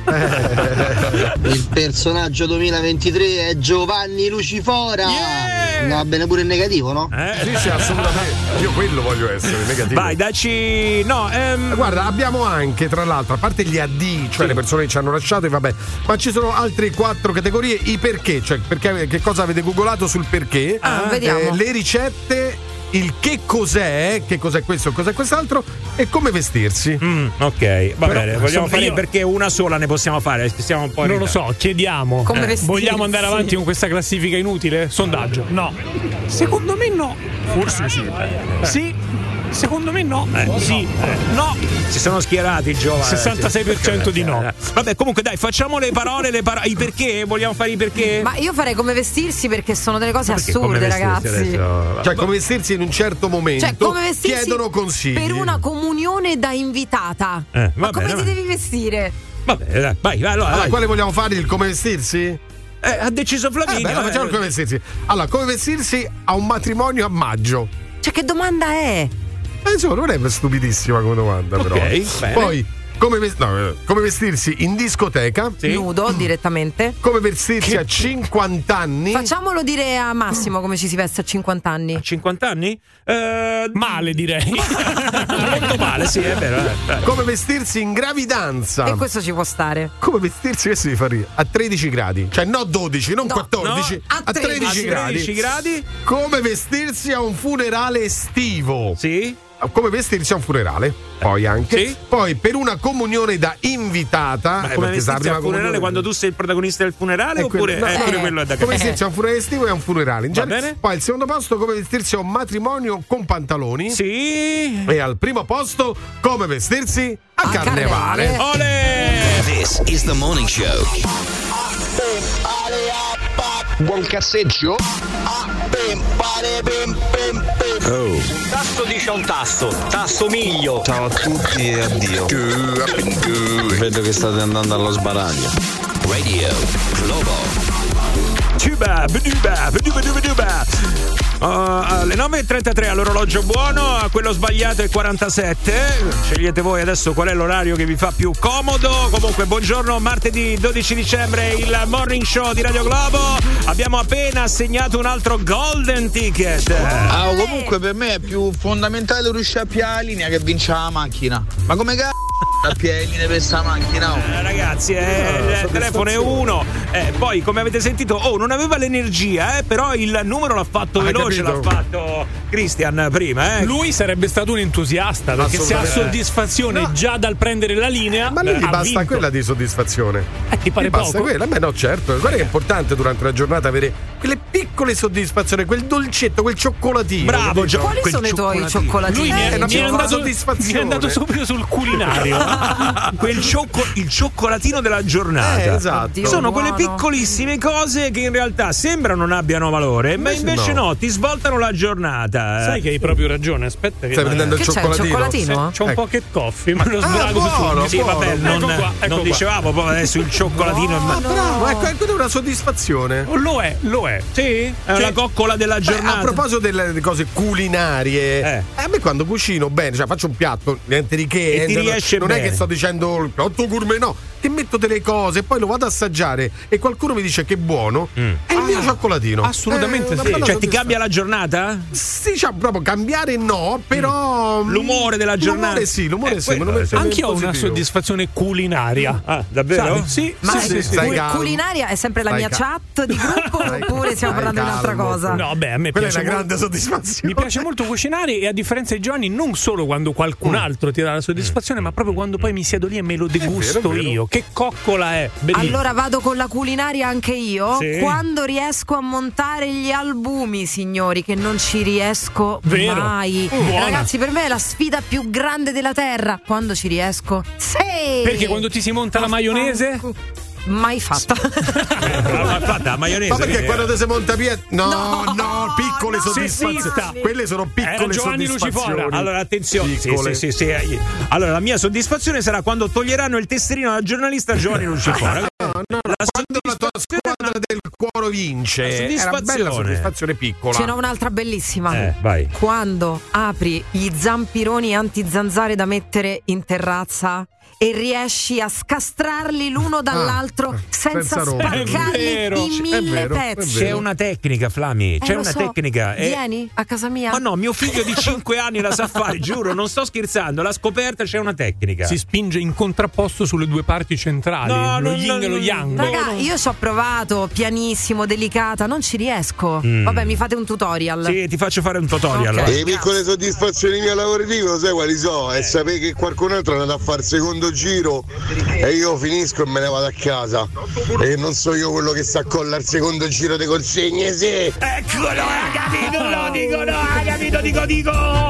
Il personaggio duemilaventitré è Giovanni Lucifora. Yeah! No, va bene pure il negativo, no? Eh? Sì, sì, assolutamente. Io quello voglio essere, il negativo. Vai, dacci. No, ehm... guarda, abbiamo anche, tra l'altro, a parte gli A D, cioè sì. le persone che ci hanno lasciato, e vabbè, ma ci sono altre quattro categorie. I perché, cioè perché, che cosa avete googolato sul perché? Ah, eh, vediamo. Le ricette. Il che cos'è, che cos'è questo, cos'è quest'altro e come vestirsi. Mm, ok, va Però, bene, vogliamo fare io... perché una sola ne possiamo fare, stiamo un po' non lo so, chiediamo. Come vestirsi? Vogliamo andare avanti con questa classifica inutile? Sondaggio. No. Secondo me no. Forse sì. Sì. Secondo me no. Eh, sì. Eh, no. Si sono schierati i giovani. sessantasei per cento di no. Vabbè, comunque dai, facciamo le parole, le paro- i perché? Vogliamo fare i perché? Ma io farei come vestirsi perché sono delle cose Perché assurde, ragazzi. Adesso? Cioè, come vestirsi in un certo momento. Cioè, come vestirsi chiedono consigli. per una comunione da invitata. Eh, Ma vabbè, come vabbè. ti devi vestire? Vabbè, dai, vai, vai, allora, Allora, vai. quale vogliamo fare? Il come vestirsi? Eh, ha deciso Flaminio. Eh, beh, facciamo il come vestirsi. Allora, come vestirsi a un matrimonio a maggio? Cioè, che domanda è? Eh, insomma, non è stupidissima come domanda, Ok, però. bene. Poi, come, ves- no, come vestirsi in discoteca? Sì. Nudo direttamente. Come vestirsi a cinquanta anni? Facciamolo dire a Massimo come ci si veste a cinquanta anni. A cinquanta anni? Eh, Male, direi. molto male, sì, è vero. eh, dai. Come vestirsi in gravidanza? E questo ci può stare. Come vestirsi, questo si fa ridere, a tredici gradi, cioè no dodici, non No, quattordici, no, a a tredici, tredici. gradi. tredici gradi? Come vestirsi a un funerale estivo? Sì. Come vestirsi a un funerale, poi anche. Sì. Poi per una comunione da invitata. Ma eh, come perché sa, vestirsi prima al funerale comunione- quando tu sei il protagonista del funerale È oppure quello- no, eh, pure eh, quello è da come capire? vestirsi a un funerale estivo e a un funerale in Va genere. bene. Poi al secondo posto come vestirsi a un matrimonio con pantaloni. Sì. E al primo posto come vestirsi a, A carnevale. carnevale. Ole! This is the morning show. Buon casseggio? Oh. Tasto dice un tasto, tasto miglio. Ciao a tutti e addio. Vedo che state andando allo sbaraglio. Radio Globo. Tuba, beduba, beduba, beduba, beduba. Uh, alle nove e trentatré all'orologio buono, a quello sbagliato è quarantasette. Scegliete voi adesso qual è l'orario che vi fa più comodo. Comunque, buongiorno, martedì dodici dicembre, il morning show di Radio Globo. Abbiamo appena assegnato un altro golden ticket. Ah, comunque per me è più fondamentale riuscire a piare la linea che vincere la macchina. Ma come cazzo a piare la linea per questa macchina? Oh? Eh, ragazzi, eh, il telefono è uno. Eh, poi, come avete sentito, oh, non aveva l'energia, eh, però il numero l'ha fatto Hai veloce, capito? l'ha fatto Christian prima, eh. Lui sarebbe stato un entusiasta perché se ha Assolutamente. soddisfazione No. già dal prendere la linea, Ma a lui gli ha basta vinto. quella di soddisfazione. Eh, ti pare Gli basta poco? quella? Beh, no, certo. Guarda che è importante durante la giornata avere quelle piccole soddisfazioni, quel dolcetto, quel cioccolatino. Bravo, capito? Gio- Quali quel sono i tuoi cioccolatino. cioccolatini? Lui mi Eh, è, una mi è piccola andato, soddisfazione. mi è andato subito sul culinario. Quel ciocco, il cioccolatino della giornata. Eh, esatto. Oddio, Sono buono. quelle piccolissime cose che in realtà sembrano non abbiano valore, ma Invece invece no. no. ti svoltano la giornata. Sai che hai proprio ragione, aspetta che Stai prendendo il Che c'è, il cioccolatino? cioccolatino? c'ho un Ecco. pocket coffee, ma lo Ah, sbrago buono, su. Sì, buono. vabbè, non, Ecco qua, ecco non qua. dicevamo proprio adesso il cioccolatino. ma- Bravo, ecco, ecco, è una soddisfazione. Lo è, lo è. Sì, è Sì. la coccola della Beh, giornata. a proposito delle cose culinarie, Eh. a me quando cucino bene, cioè faccio un piatto, niente di che, E ti non- riesce non bene. è che sto dicendo il piatto gourmet, no, ti metto delle cose e poi lo vado ad assaggiare e qualcuno mi dice che è buono, è il mio cioccolatino. assolutamente È una sì. bella Cioè, ti soddisfa- cambia la giornata? Sì, diciamo, proprio cambiare no, però L'umore della giornata. L'umore sì, l'umore Eh, sì, me lo quello, metto in Anch'io ho una positivo. soddisfazione culinaria. Ah, davvero? Sai? Sì, Ma sì, è- sì, sì. Stai cul- calmo. culinaria è sempre la Stai mia cal- chat di gruppo Stai- oppure stiamo stai parlando di un'altra calmo. cosa? No, beh, a me Quella è piace una molto- grande soddisfazione. Mi piace molto cucinare e a differenza di Giovanni non solo quando qualcun altro ti dà la soddisfazione, ma proprio quando poi mi siedo lì e me lo degusto vero, è vero. io. Che coccola è! Bellissimo. Allora vado con la culinaria anche io. Sì. Quando riesco a montare gli albumi, signori, che non ci riesco Vero. mai. Uh, buona. Ragazzi, per me è la sfida più grande della terra. Quando ci riesco? Sì! Perché quando ti si monta la maionese? Mai fatta. Ma fatta la maionese. Ma perché eh. quando ti si monta via? No, no, No, piccole no, soddisfazioni. sessista. Quelle sono piccole Era Giovanni soddisfazioni. Lucifora. Allora, attenzione. Sì, Piccole. sì, sì, sì. Allora, la mia soddisfazione sarà quando toglieranno il tesserino alla giornalista Giovanni Lucifora. No, no, no, La quando la tua squadra del cuore vince. La È una soddisfazione. bella soddisfazione piccola. Ce n'ho un'altra bellissima. Eh, vai. Quando apri gli zampironi anti-zanzare da mettere in terrazza e riesci a scastrarli l'uno dall'altro senza, senza rompere. spaccarli È vero, in è mille vero, è pezzi. C'è una tecnica, Flami. C'è Eh, lo una so. tecnica. eh. Vieni a casa mia. Ma no, mio figlio di cinque anni la sa fare, giuro, non sto scherzando. L'ha scoperta, c'è una tecnica. Si spinge in contrapposto sulle due parti centrali, No, lo no, yin no, e lo no, yang. Raga, io ci ho provato pianissimo, delicata, non ci riesco. Mm. Vabbè, mi fate un tutorial. Sì, ti faccio fare un tutorial. Ok. Le piccole soddisfazioni mie lavorative, lo sai quali so? È sapere che qualcun altro è andato a fare il secondo giro e io finisco e me ne vado a casa. E non so io quello che sta a collare il secondo giro di consegne, sì! Eccolo, ha capito, lo dico, no, ha capito, dico, dico.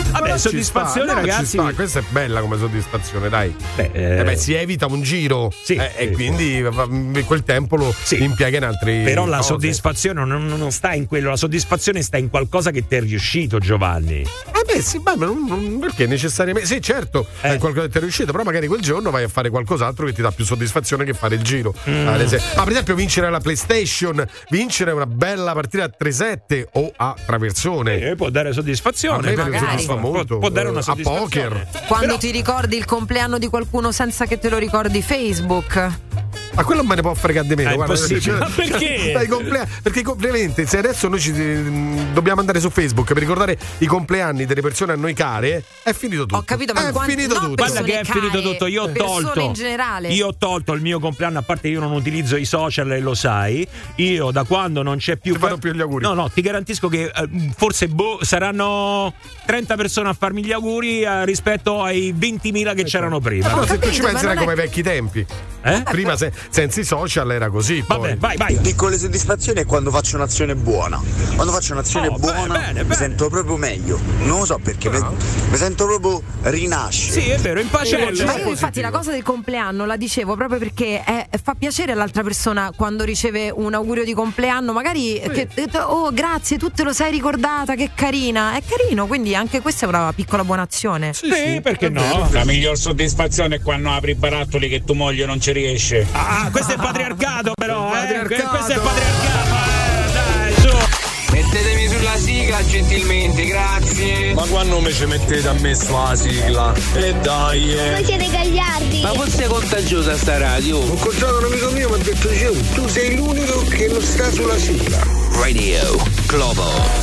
Vabbè, soddisfazione, sta, ragazzi. Sta. Questa è bella come soddisfazione, dai. Beh, eh... Eh beh, si evita un giro sì, eh, sì, e quindi sì. quel tempo lo sì. impiega in altri. Però la cose. soddisfazione non, non sta in quello, la soddisfazione sta in qualcosa che ti è riuscito, Giovanni. Eh beh, sì, ma non, non, perché necessariamente? Sì, certo, eh. è qualcosa che ti è riuscito, però magari quel giorno vai a fare qualcos'altro che ti dà più soddisfazione che fare il giro. Mm. Ad esempio. Ma per esempio vincere la PlayStation, vincere una bella partita a tre sette o a traversone. Eh, può dare soddisfazione. A me soddisfa molto. Può, può dare una soddisfazione. A poker. Quando però... ti ricordi il compleanno di qualcuno senza che te lo ricordi Facebook. Ma quello me ne può fregare di meno. È guarda, impossibile. Ma perché? Dai, complea- perché complimenti, se adesso noi ci mh, dobbiamo andare su Facebook per ricordare i compleanni delle persone a noi care, è finito tutto. Ho capito, ma è quanti, finito no, tutto. Guarda che è care, finito tutto. Io ho tolto in generale. Io ho tolto il mio compleanno, a parte io non utilizzo i social e lo sai. Io da quando non c'è più. Ti fanno più gli auguri. No, no, ti garantisco che eh, forse boh, saranno trenta persone a farmi gli auguri eh, rispetto ai ventimila che c'erano prima. Però se tu ci pensi era è... come ai vecchi tempi. Eh? Prima se, senza i social era così. Vabbè, poi. vai, vai. Piccole soddisfazioni è quando faccio un'azione buona. Quando faccio un'azione oh, buona bene, bene, mi bene. sento proprio meglio. Non lo so perché, no. mi, mi sento proprio rinascere. Sì, è vero, in pace. Ma io infatti la cosa del compleanno la dicevo proprio perché è, fa piacere all'altra persona quando riceve un augurio di compleanno, magari sì. che oh grazie, tu te lo sei ricordata, che carina. È carino, quindi anche questa è una piccola buona azione. Sì, sì, perché no? La miglior soddisfazione è quando apri i barattoli che tu moglie non ci riesce. Ah, questo è patriarcato però, patriarcato. eh. Questo è patriarcato, eh. Dai, su. Mettetemi sulla sigla gentilmente, grazie. Ma quando mi ci mettete a me sulla sigla? E dai, eh. Voi siete gagliardi. Ma forse è contagiosa sta radio. Ho incontrato un amico mio, mi ha detto Gio, tu sei l'unico che non sta sulla sigla. Radio Globo.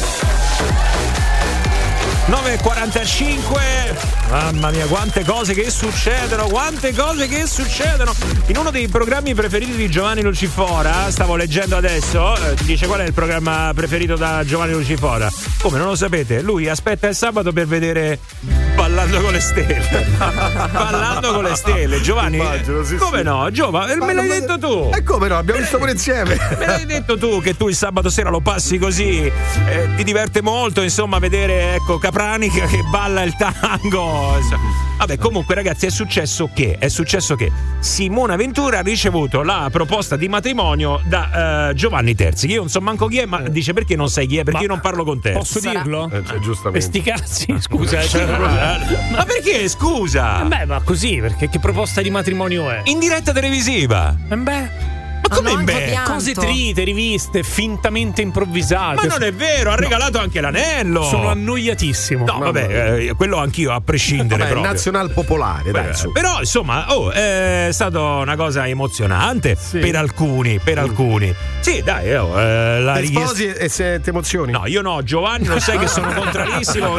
nove e quarantacinque. Mamma mia, quante cose che succedono, quante cose che succedono. In uno dei programmi preferiti di Giovanni Lucifora, stavo leggendo adesso, eh, dice qual è il programma preferito da Giovanni Lucifora. Come, non lo sapete? Lui aspetta il sabato per vedere Ballando con le stelle. Ballando con le stelle, Giovanni. Immagino, sì, come sì. no? Giova, me l'hai detto tu. E come no? Abbiamo visto pure insieme. Me l'hai detto tu che tu il sabato sera lo passi così, eh, ti diverte molto, insomma, vedere ecco Capranica che balla il tango. Vabbè, comunque ragazzi, è successo che è successo che Simona Ventura ha ricevuto la proposta di matrimonio da uh, Giovanni Terzi. Io non so manco chi è, ma dice perché non sai chi è? Perché ma io non parlo con te. Posso Sarà. dirlo? Eh, cioè, giustamente. Sti cazzi, scusa. Cioè, ma perché, scusa? Beh, ma così, perché che proposta di matrimonio è? In diretta televisiva. E beh. Ma come in beh? Pianto. Cose trite, riviste, fintamente improvvisate. Ma non è vero, ha regalato no. anche l'anello. Sono annoiatissimo. No, vabbè, eh, quello anch'io a prescindere. Vabbè, proprio. Nazional popolare, dai, Beh, però insomma, oh, è stata una cosa emozionante sì. per alcuni, per mm. alcuni. Sì, dai, oh, eh, la ti richiesta... sposi e se ti emozioni? No, io no, Giovanni, lo sai che sono contrarissimo,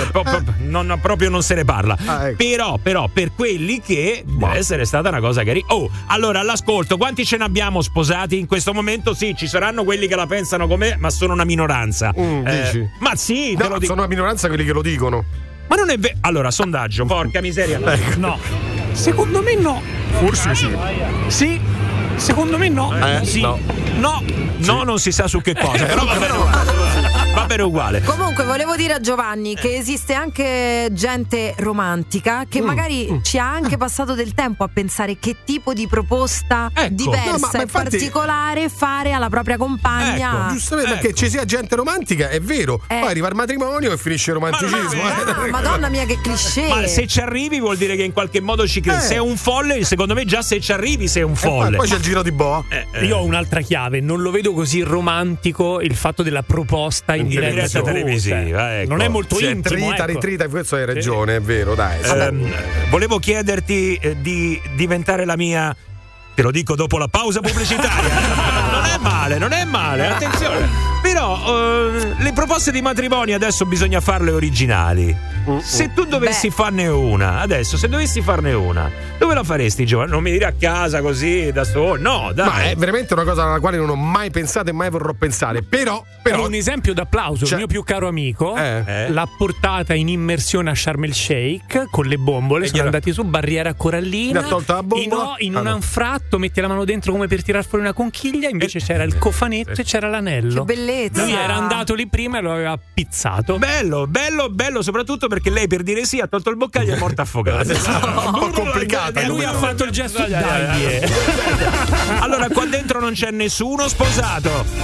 non, proprio non se ne parla. Ah, ecco. Però, però, per quelli che wow. deve essere stata una cosa carina. Oh, allora all'ascolto, quanti ce ne abbiamo sposati in questo momento? Sì, ci saranno quelli che la pensano come me, ma sono una minoranza. Mm, eh, dici? Ma sì, no, te lo dico. Sono una minoranza quelli che lo dicono. Ma non è vero. Allora, sondaggio, porca miseria. Ecco. No. Secondo me no. Forse sì. Sì. Secondo me no. Eh, sì. No. No. Sì. No, non si sa su che cosa. Però va bene uguale. Va bene uguale. Comunque volevo dire a Giovanni che esiste anche gente romantica che mm. magari mm. ci ha anche passato del tempo a pensare che tipo di proposta ecco. diversa no, ma, ma e infatti... particolare fare alla propria compagna. Ecco, giustamente ecco. perché ci sia gente romantica, è vero. Eh. Poi arriva il matrimonio e finisce il romanticismo. Ma, ma, eh. Madonna mia, che cliché. Ma se ci arrivi vuol dire che in qualche modo ci credi. Eh. Se è un folle, secondo me già se ci arrivi sei un folle. E poi c'è il giro di boa. Eh, eh. Io ho un'altra chiave, non lo vedo così romantico il fatto della proposta in, in diretta, diretta televisiva. Ecco. Non è molto sì, intimo. Trita, ecco. ritrita, questo hai ragione, è vero, dai. Eh, volevo chiederti eh, di diventare la mia. Te lo dico dopo la pausa pubblicitaria. Non è male, non è male, attenzione. Però uh, le proposte di matrimonio adesso bisogna farle originali. Uh-uh. Se tu dovessi Beh. farne una, adesso, se dovessi farne una, dove la faresti, Giovanni? Non mi dire a casa così, da solo. No, dai. Ma è veramente una cosa alla quale non ho mai pensato e mai vorrò pensare. Però, però... un esempio d'applauso, cioè... il mio più caro amico eh. Eh. l'ha portata in immersione a Sharm el Sheikh con le bombole, e sono gliela... andati su barriera corallina. Mi ha tolta la bombola. In, no, in ah, un anfratto, metti la mano dentro come per tirar fuori una conchiglia, invece eh. c'era il cofanetto eh. e c'era l'anello. Che bellezza. bellezza. Lui era andato lì prima e lo aveva pizzato. Bello, bello, bello, soprattutto perché lei per dire sì ha tolto il boccaglio e è morta affogata. Un po' complicata. E lui ha fatto il gesto dai. Allora, qua dentro non c'è nessuno sposato.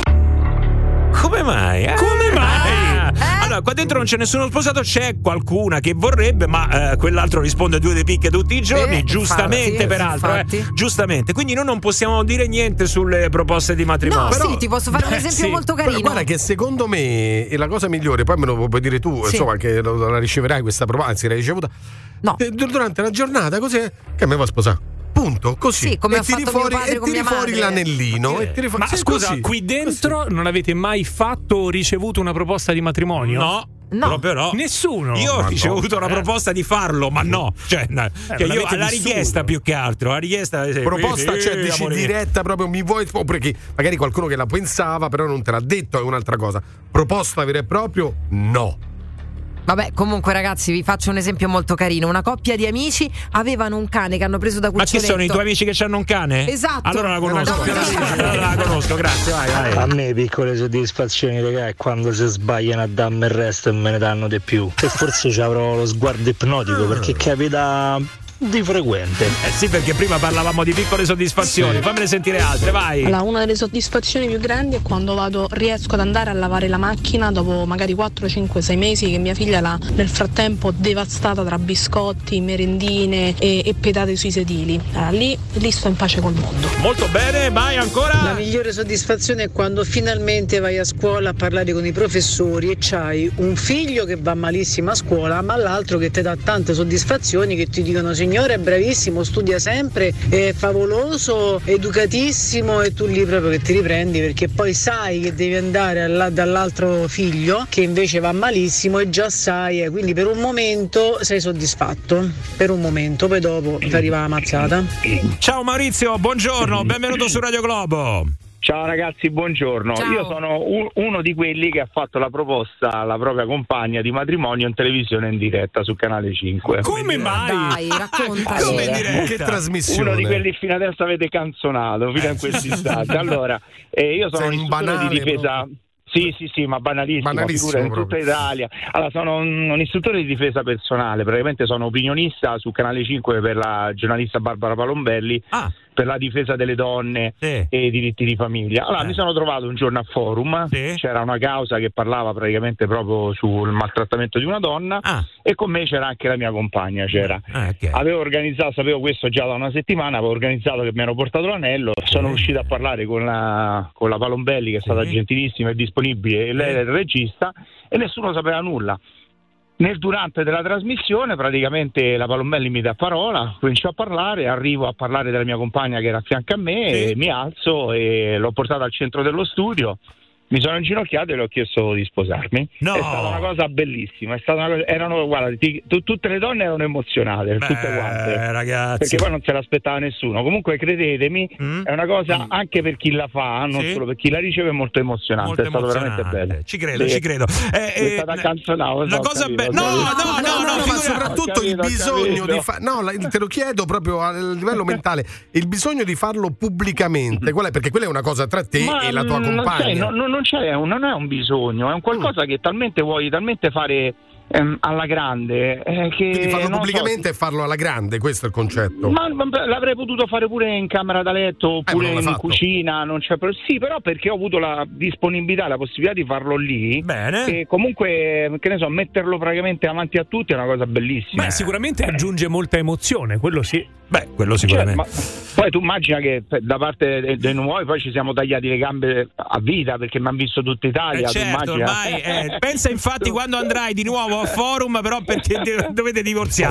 Come mai? Eh? Come mai? Eh? Allora, qua dentro non c'è nessuno sposato, c'è qualcuna che vorrebbe, ma eh, quell'altro risponde due de picche tutti i giorni, eh, giustamente infatti, peraltro, infatti. Eh, giustamente. Quindi noi non possiamo dire niente sulle proposte di matrimonio. No, però, sì, ti posso fare un esempio sì. molto carino. Però guarda che secondo me è la cosa migliore, poi me lo puoi dire tu, Sì. insomma, che lo- la riceverai questa proposta, anzi l'hai ricevuta. No. Eh, Durante la giornata, così che me va a sposare. Punto, così. Sì, come e ha tiri fatto mio fuori, padre e con tiri mia fuori madre. l'anellino. E tiri fuori, Ma sì, scusa, così. qui dentro non avete mai fatto o ricevuto una proposta di matrimonio? No. No. Proprio no. Nessuno. Io ho Ma ricevuto no. una proposta di farlo, ma no. Cioè, no. Cioè, non io avete la vissuto. richiesta più che altro. La richiesta eh, Proposta, eh, cioè dici amore. diretta proprio mi vuoi, oppure che magari qualcuno che la pensava però non te l'ha detto, è un'altra cosa. Proposta vera e proprio no. Vabbè, comunque ragazzi, vi faccio un esempio molto carino. Una coppia di amici avevano un cane che hanno preso da Ma cuccioletto. chi sono i tuoi amici che hanno un cane? Esatto. Allora la conosco. No, no, no. Allora la conosco, grazie, vai, vai. A me piccole soddisfazioni, raga, è quando si sbagliano a darmi il resto e me ne danno di più. E forse ci avrò lo sguardo ipnotico perché capita di frequente. Eh sì, perché prima parlavamo di piccole soddisfazioni. Fammene sentire altre, vai. Allora, una delle soddisfazioni più grandi è quando vado, riesco ad andare a lavare la macchina dopo magari quattro, cinque, sei mesi che mia figlia l'ha nel frattempo devastata tra biscotti, merendine e, e pedate sui sedili. Allora, lì, lì sto in pace col mondo. Molto bene, vai ancora. La migliore soddisfazione è quando finalmente vai a scuola a parlare con i professori e c'hai un figlio che va malissimo a scuola, ma l'altro che ti dà tante soddisfazioni, che ti dicono signore è bravissimo, studia sempre, è favoloso, educatissimo, e tu lì proprio che ti riprendi perché poi sai che devi andare alla, dall'altro figlio che invece va malissimo e già sai, eh, quindi per un momento sei soddisfatto, per un momento, poi dopo ti arriva la mazzata. Ciao Maurizio, buongiorno, benvenuto su Radio Globo. Ciao ragazzi, buongiorno. Ciao. Io sono un- uno di quelli che ha fatto la proposta alla propria compagna di matrimonio in televisione in diretta su Canale cinque. Come mai? Dai, raccontaci. Come in diretta? Che trasmissione. Uno di quelli fino adesso avete canzonato fino in questo istante. Allora, eh, io sono Sei un un istruttore banale di difesa. proprio. Sì, sì, sì, ma banalissimo, Banalissimo figura in proprio. tutta Italia. Allora, sono un, un istruttore di difesa personale, praticamente sono opinionista su Canale cinque per la giornalista Barbara Palombelli. Ah. Per la difesa delle donne Sì. e i diritti di famiglia. Allora Eh. mi sono trovato un giorno a Forum, Sì. c'era una causa che parlava praticamente proprio sul maltrattamento di una donna Ah. e con me c'era anche la mia compagna, c'era. Ah, ok. Avevo organizzato, sapevo questo già da una settimana, avevo organizzato che mi ero portato l'anello, sono riuscito a parlare con la, con la Palombelli che è stata Sì. gentilissima e disponibile, e lei era il regista, e nessuno sapeva nulla. Nel durante della trasmissione praticamente la Palombelli mi dà parola, comincio a parlare, arrivo a parlare della mia compagna che era a fianco a me, Sì. e mi alzo e l'ho portata al centro dello studio. Mi sono inginocchiato e le ho chiesto di sposarmi. No. È stata una cosa bellissima. È stata una cosa, erano, guarda, ti- tu- tutte le donne erano emozionate, Beh, tutte quante. ragazzi. Perché poi non se l'aspettava nessuno. Comunque, credetemi, Mm? è una cosa anche per chi la fa, non Sì. solo per chi la riceve, è molto emozionante. Molto è stato emozionante. veramente bello. Ci credo, Sì. ci credo. Eh, È eh, stata accanzonata. la ho cosa capito, be- ho no, capito. no, no, no, no, no, ma figurati. soprattutto Ho il capito, ho bisogno capito. di fa- no, la- te lo chiedo proprio a livello mentale, il bisogno di farlo pubblicamente, qual è? Perché quella è una cosa tra te Ma e la tua non c'è, compagna. no- non, c'è un, non è un bisogno, è un qualcosa che talmente vuoi, talmente fare ehm, alla grande, eh, che Quindi farlo non so, pubblicamente e farlo alla grande, questo è il concetto. Ma, ma l'avrei potuto fare pure in camera da letto Eh, ma oppure non l'hai in fatto. cucina, non c'è pro- sì, però perché ho avuto la disponibilità, la possibilità di farlo lì. Bene. E comunque, che ne so, metterlo praticamente avanti a tutti è una cosa bellissima. Beh, sicuramente aggiunge molta emozione, quello sì. Beh, quello Cioè, sicuramente. ma poi tu immagina che per- da parte dei, dei nuovi poi ci siamo tagliati le gambe a vita perché mi hanno visto tutta Italia. Eh tu certo, immagina? ormai, eh, pensa infatti quando andrai di nuovo a Forum, però perché de- dovete divorziare.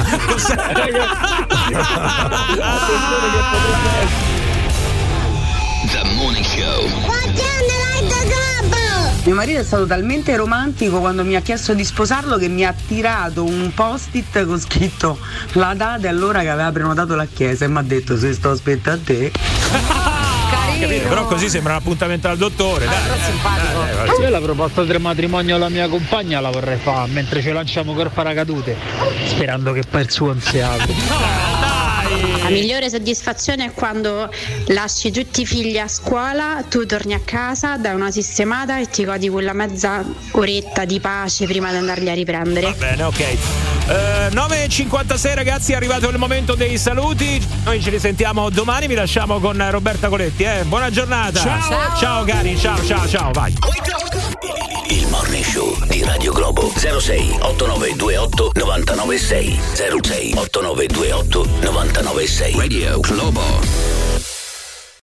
The Morning Show. Mio marito è stato talmente romantico quando mi ha chiesto di sposarlo che mi ha tirato un post-it con scritto la data e all'ora che aveva prenotato la chiesa e mi ha detto se sto aspettando a te. Capito? Però così sembra un appuntamento al dottore. Dai, però simpatico. dai, dai, Se io la proposta del matrimonio alla mia compagna la vorrei fare mentre ci lanciamo col paracadute, sperando che poi il suo non si apre. dai, La migliore soddisfazione è quando lasci tutti i figli a scuola, tu torni a casa, dai una sistemata e ti godi quella mezza oretta di pace prima di andarli a riprendere. Va bene, ok. Uh, nove e cinquantasei ragazzi, è arrivato il momento dei saluti. Noi ci risentiamo domani, vi lasciamo con Roberta Coletti, eh. Buona giornata. Ciao. Ciao, ciao cari, ciao ciao ciao, vai. Il Morning Show di Radio Globo. Zero sei otto nove due otto nove nove sei zero sei otto nove due otto nove nove sei Radio Globo.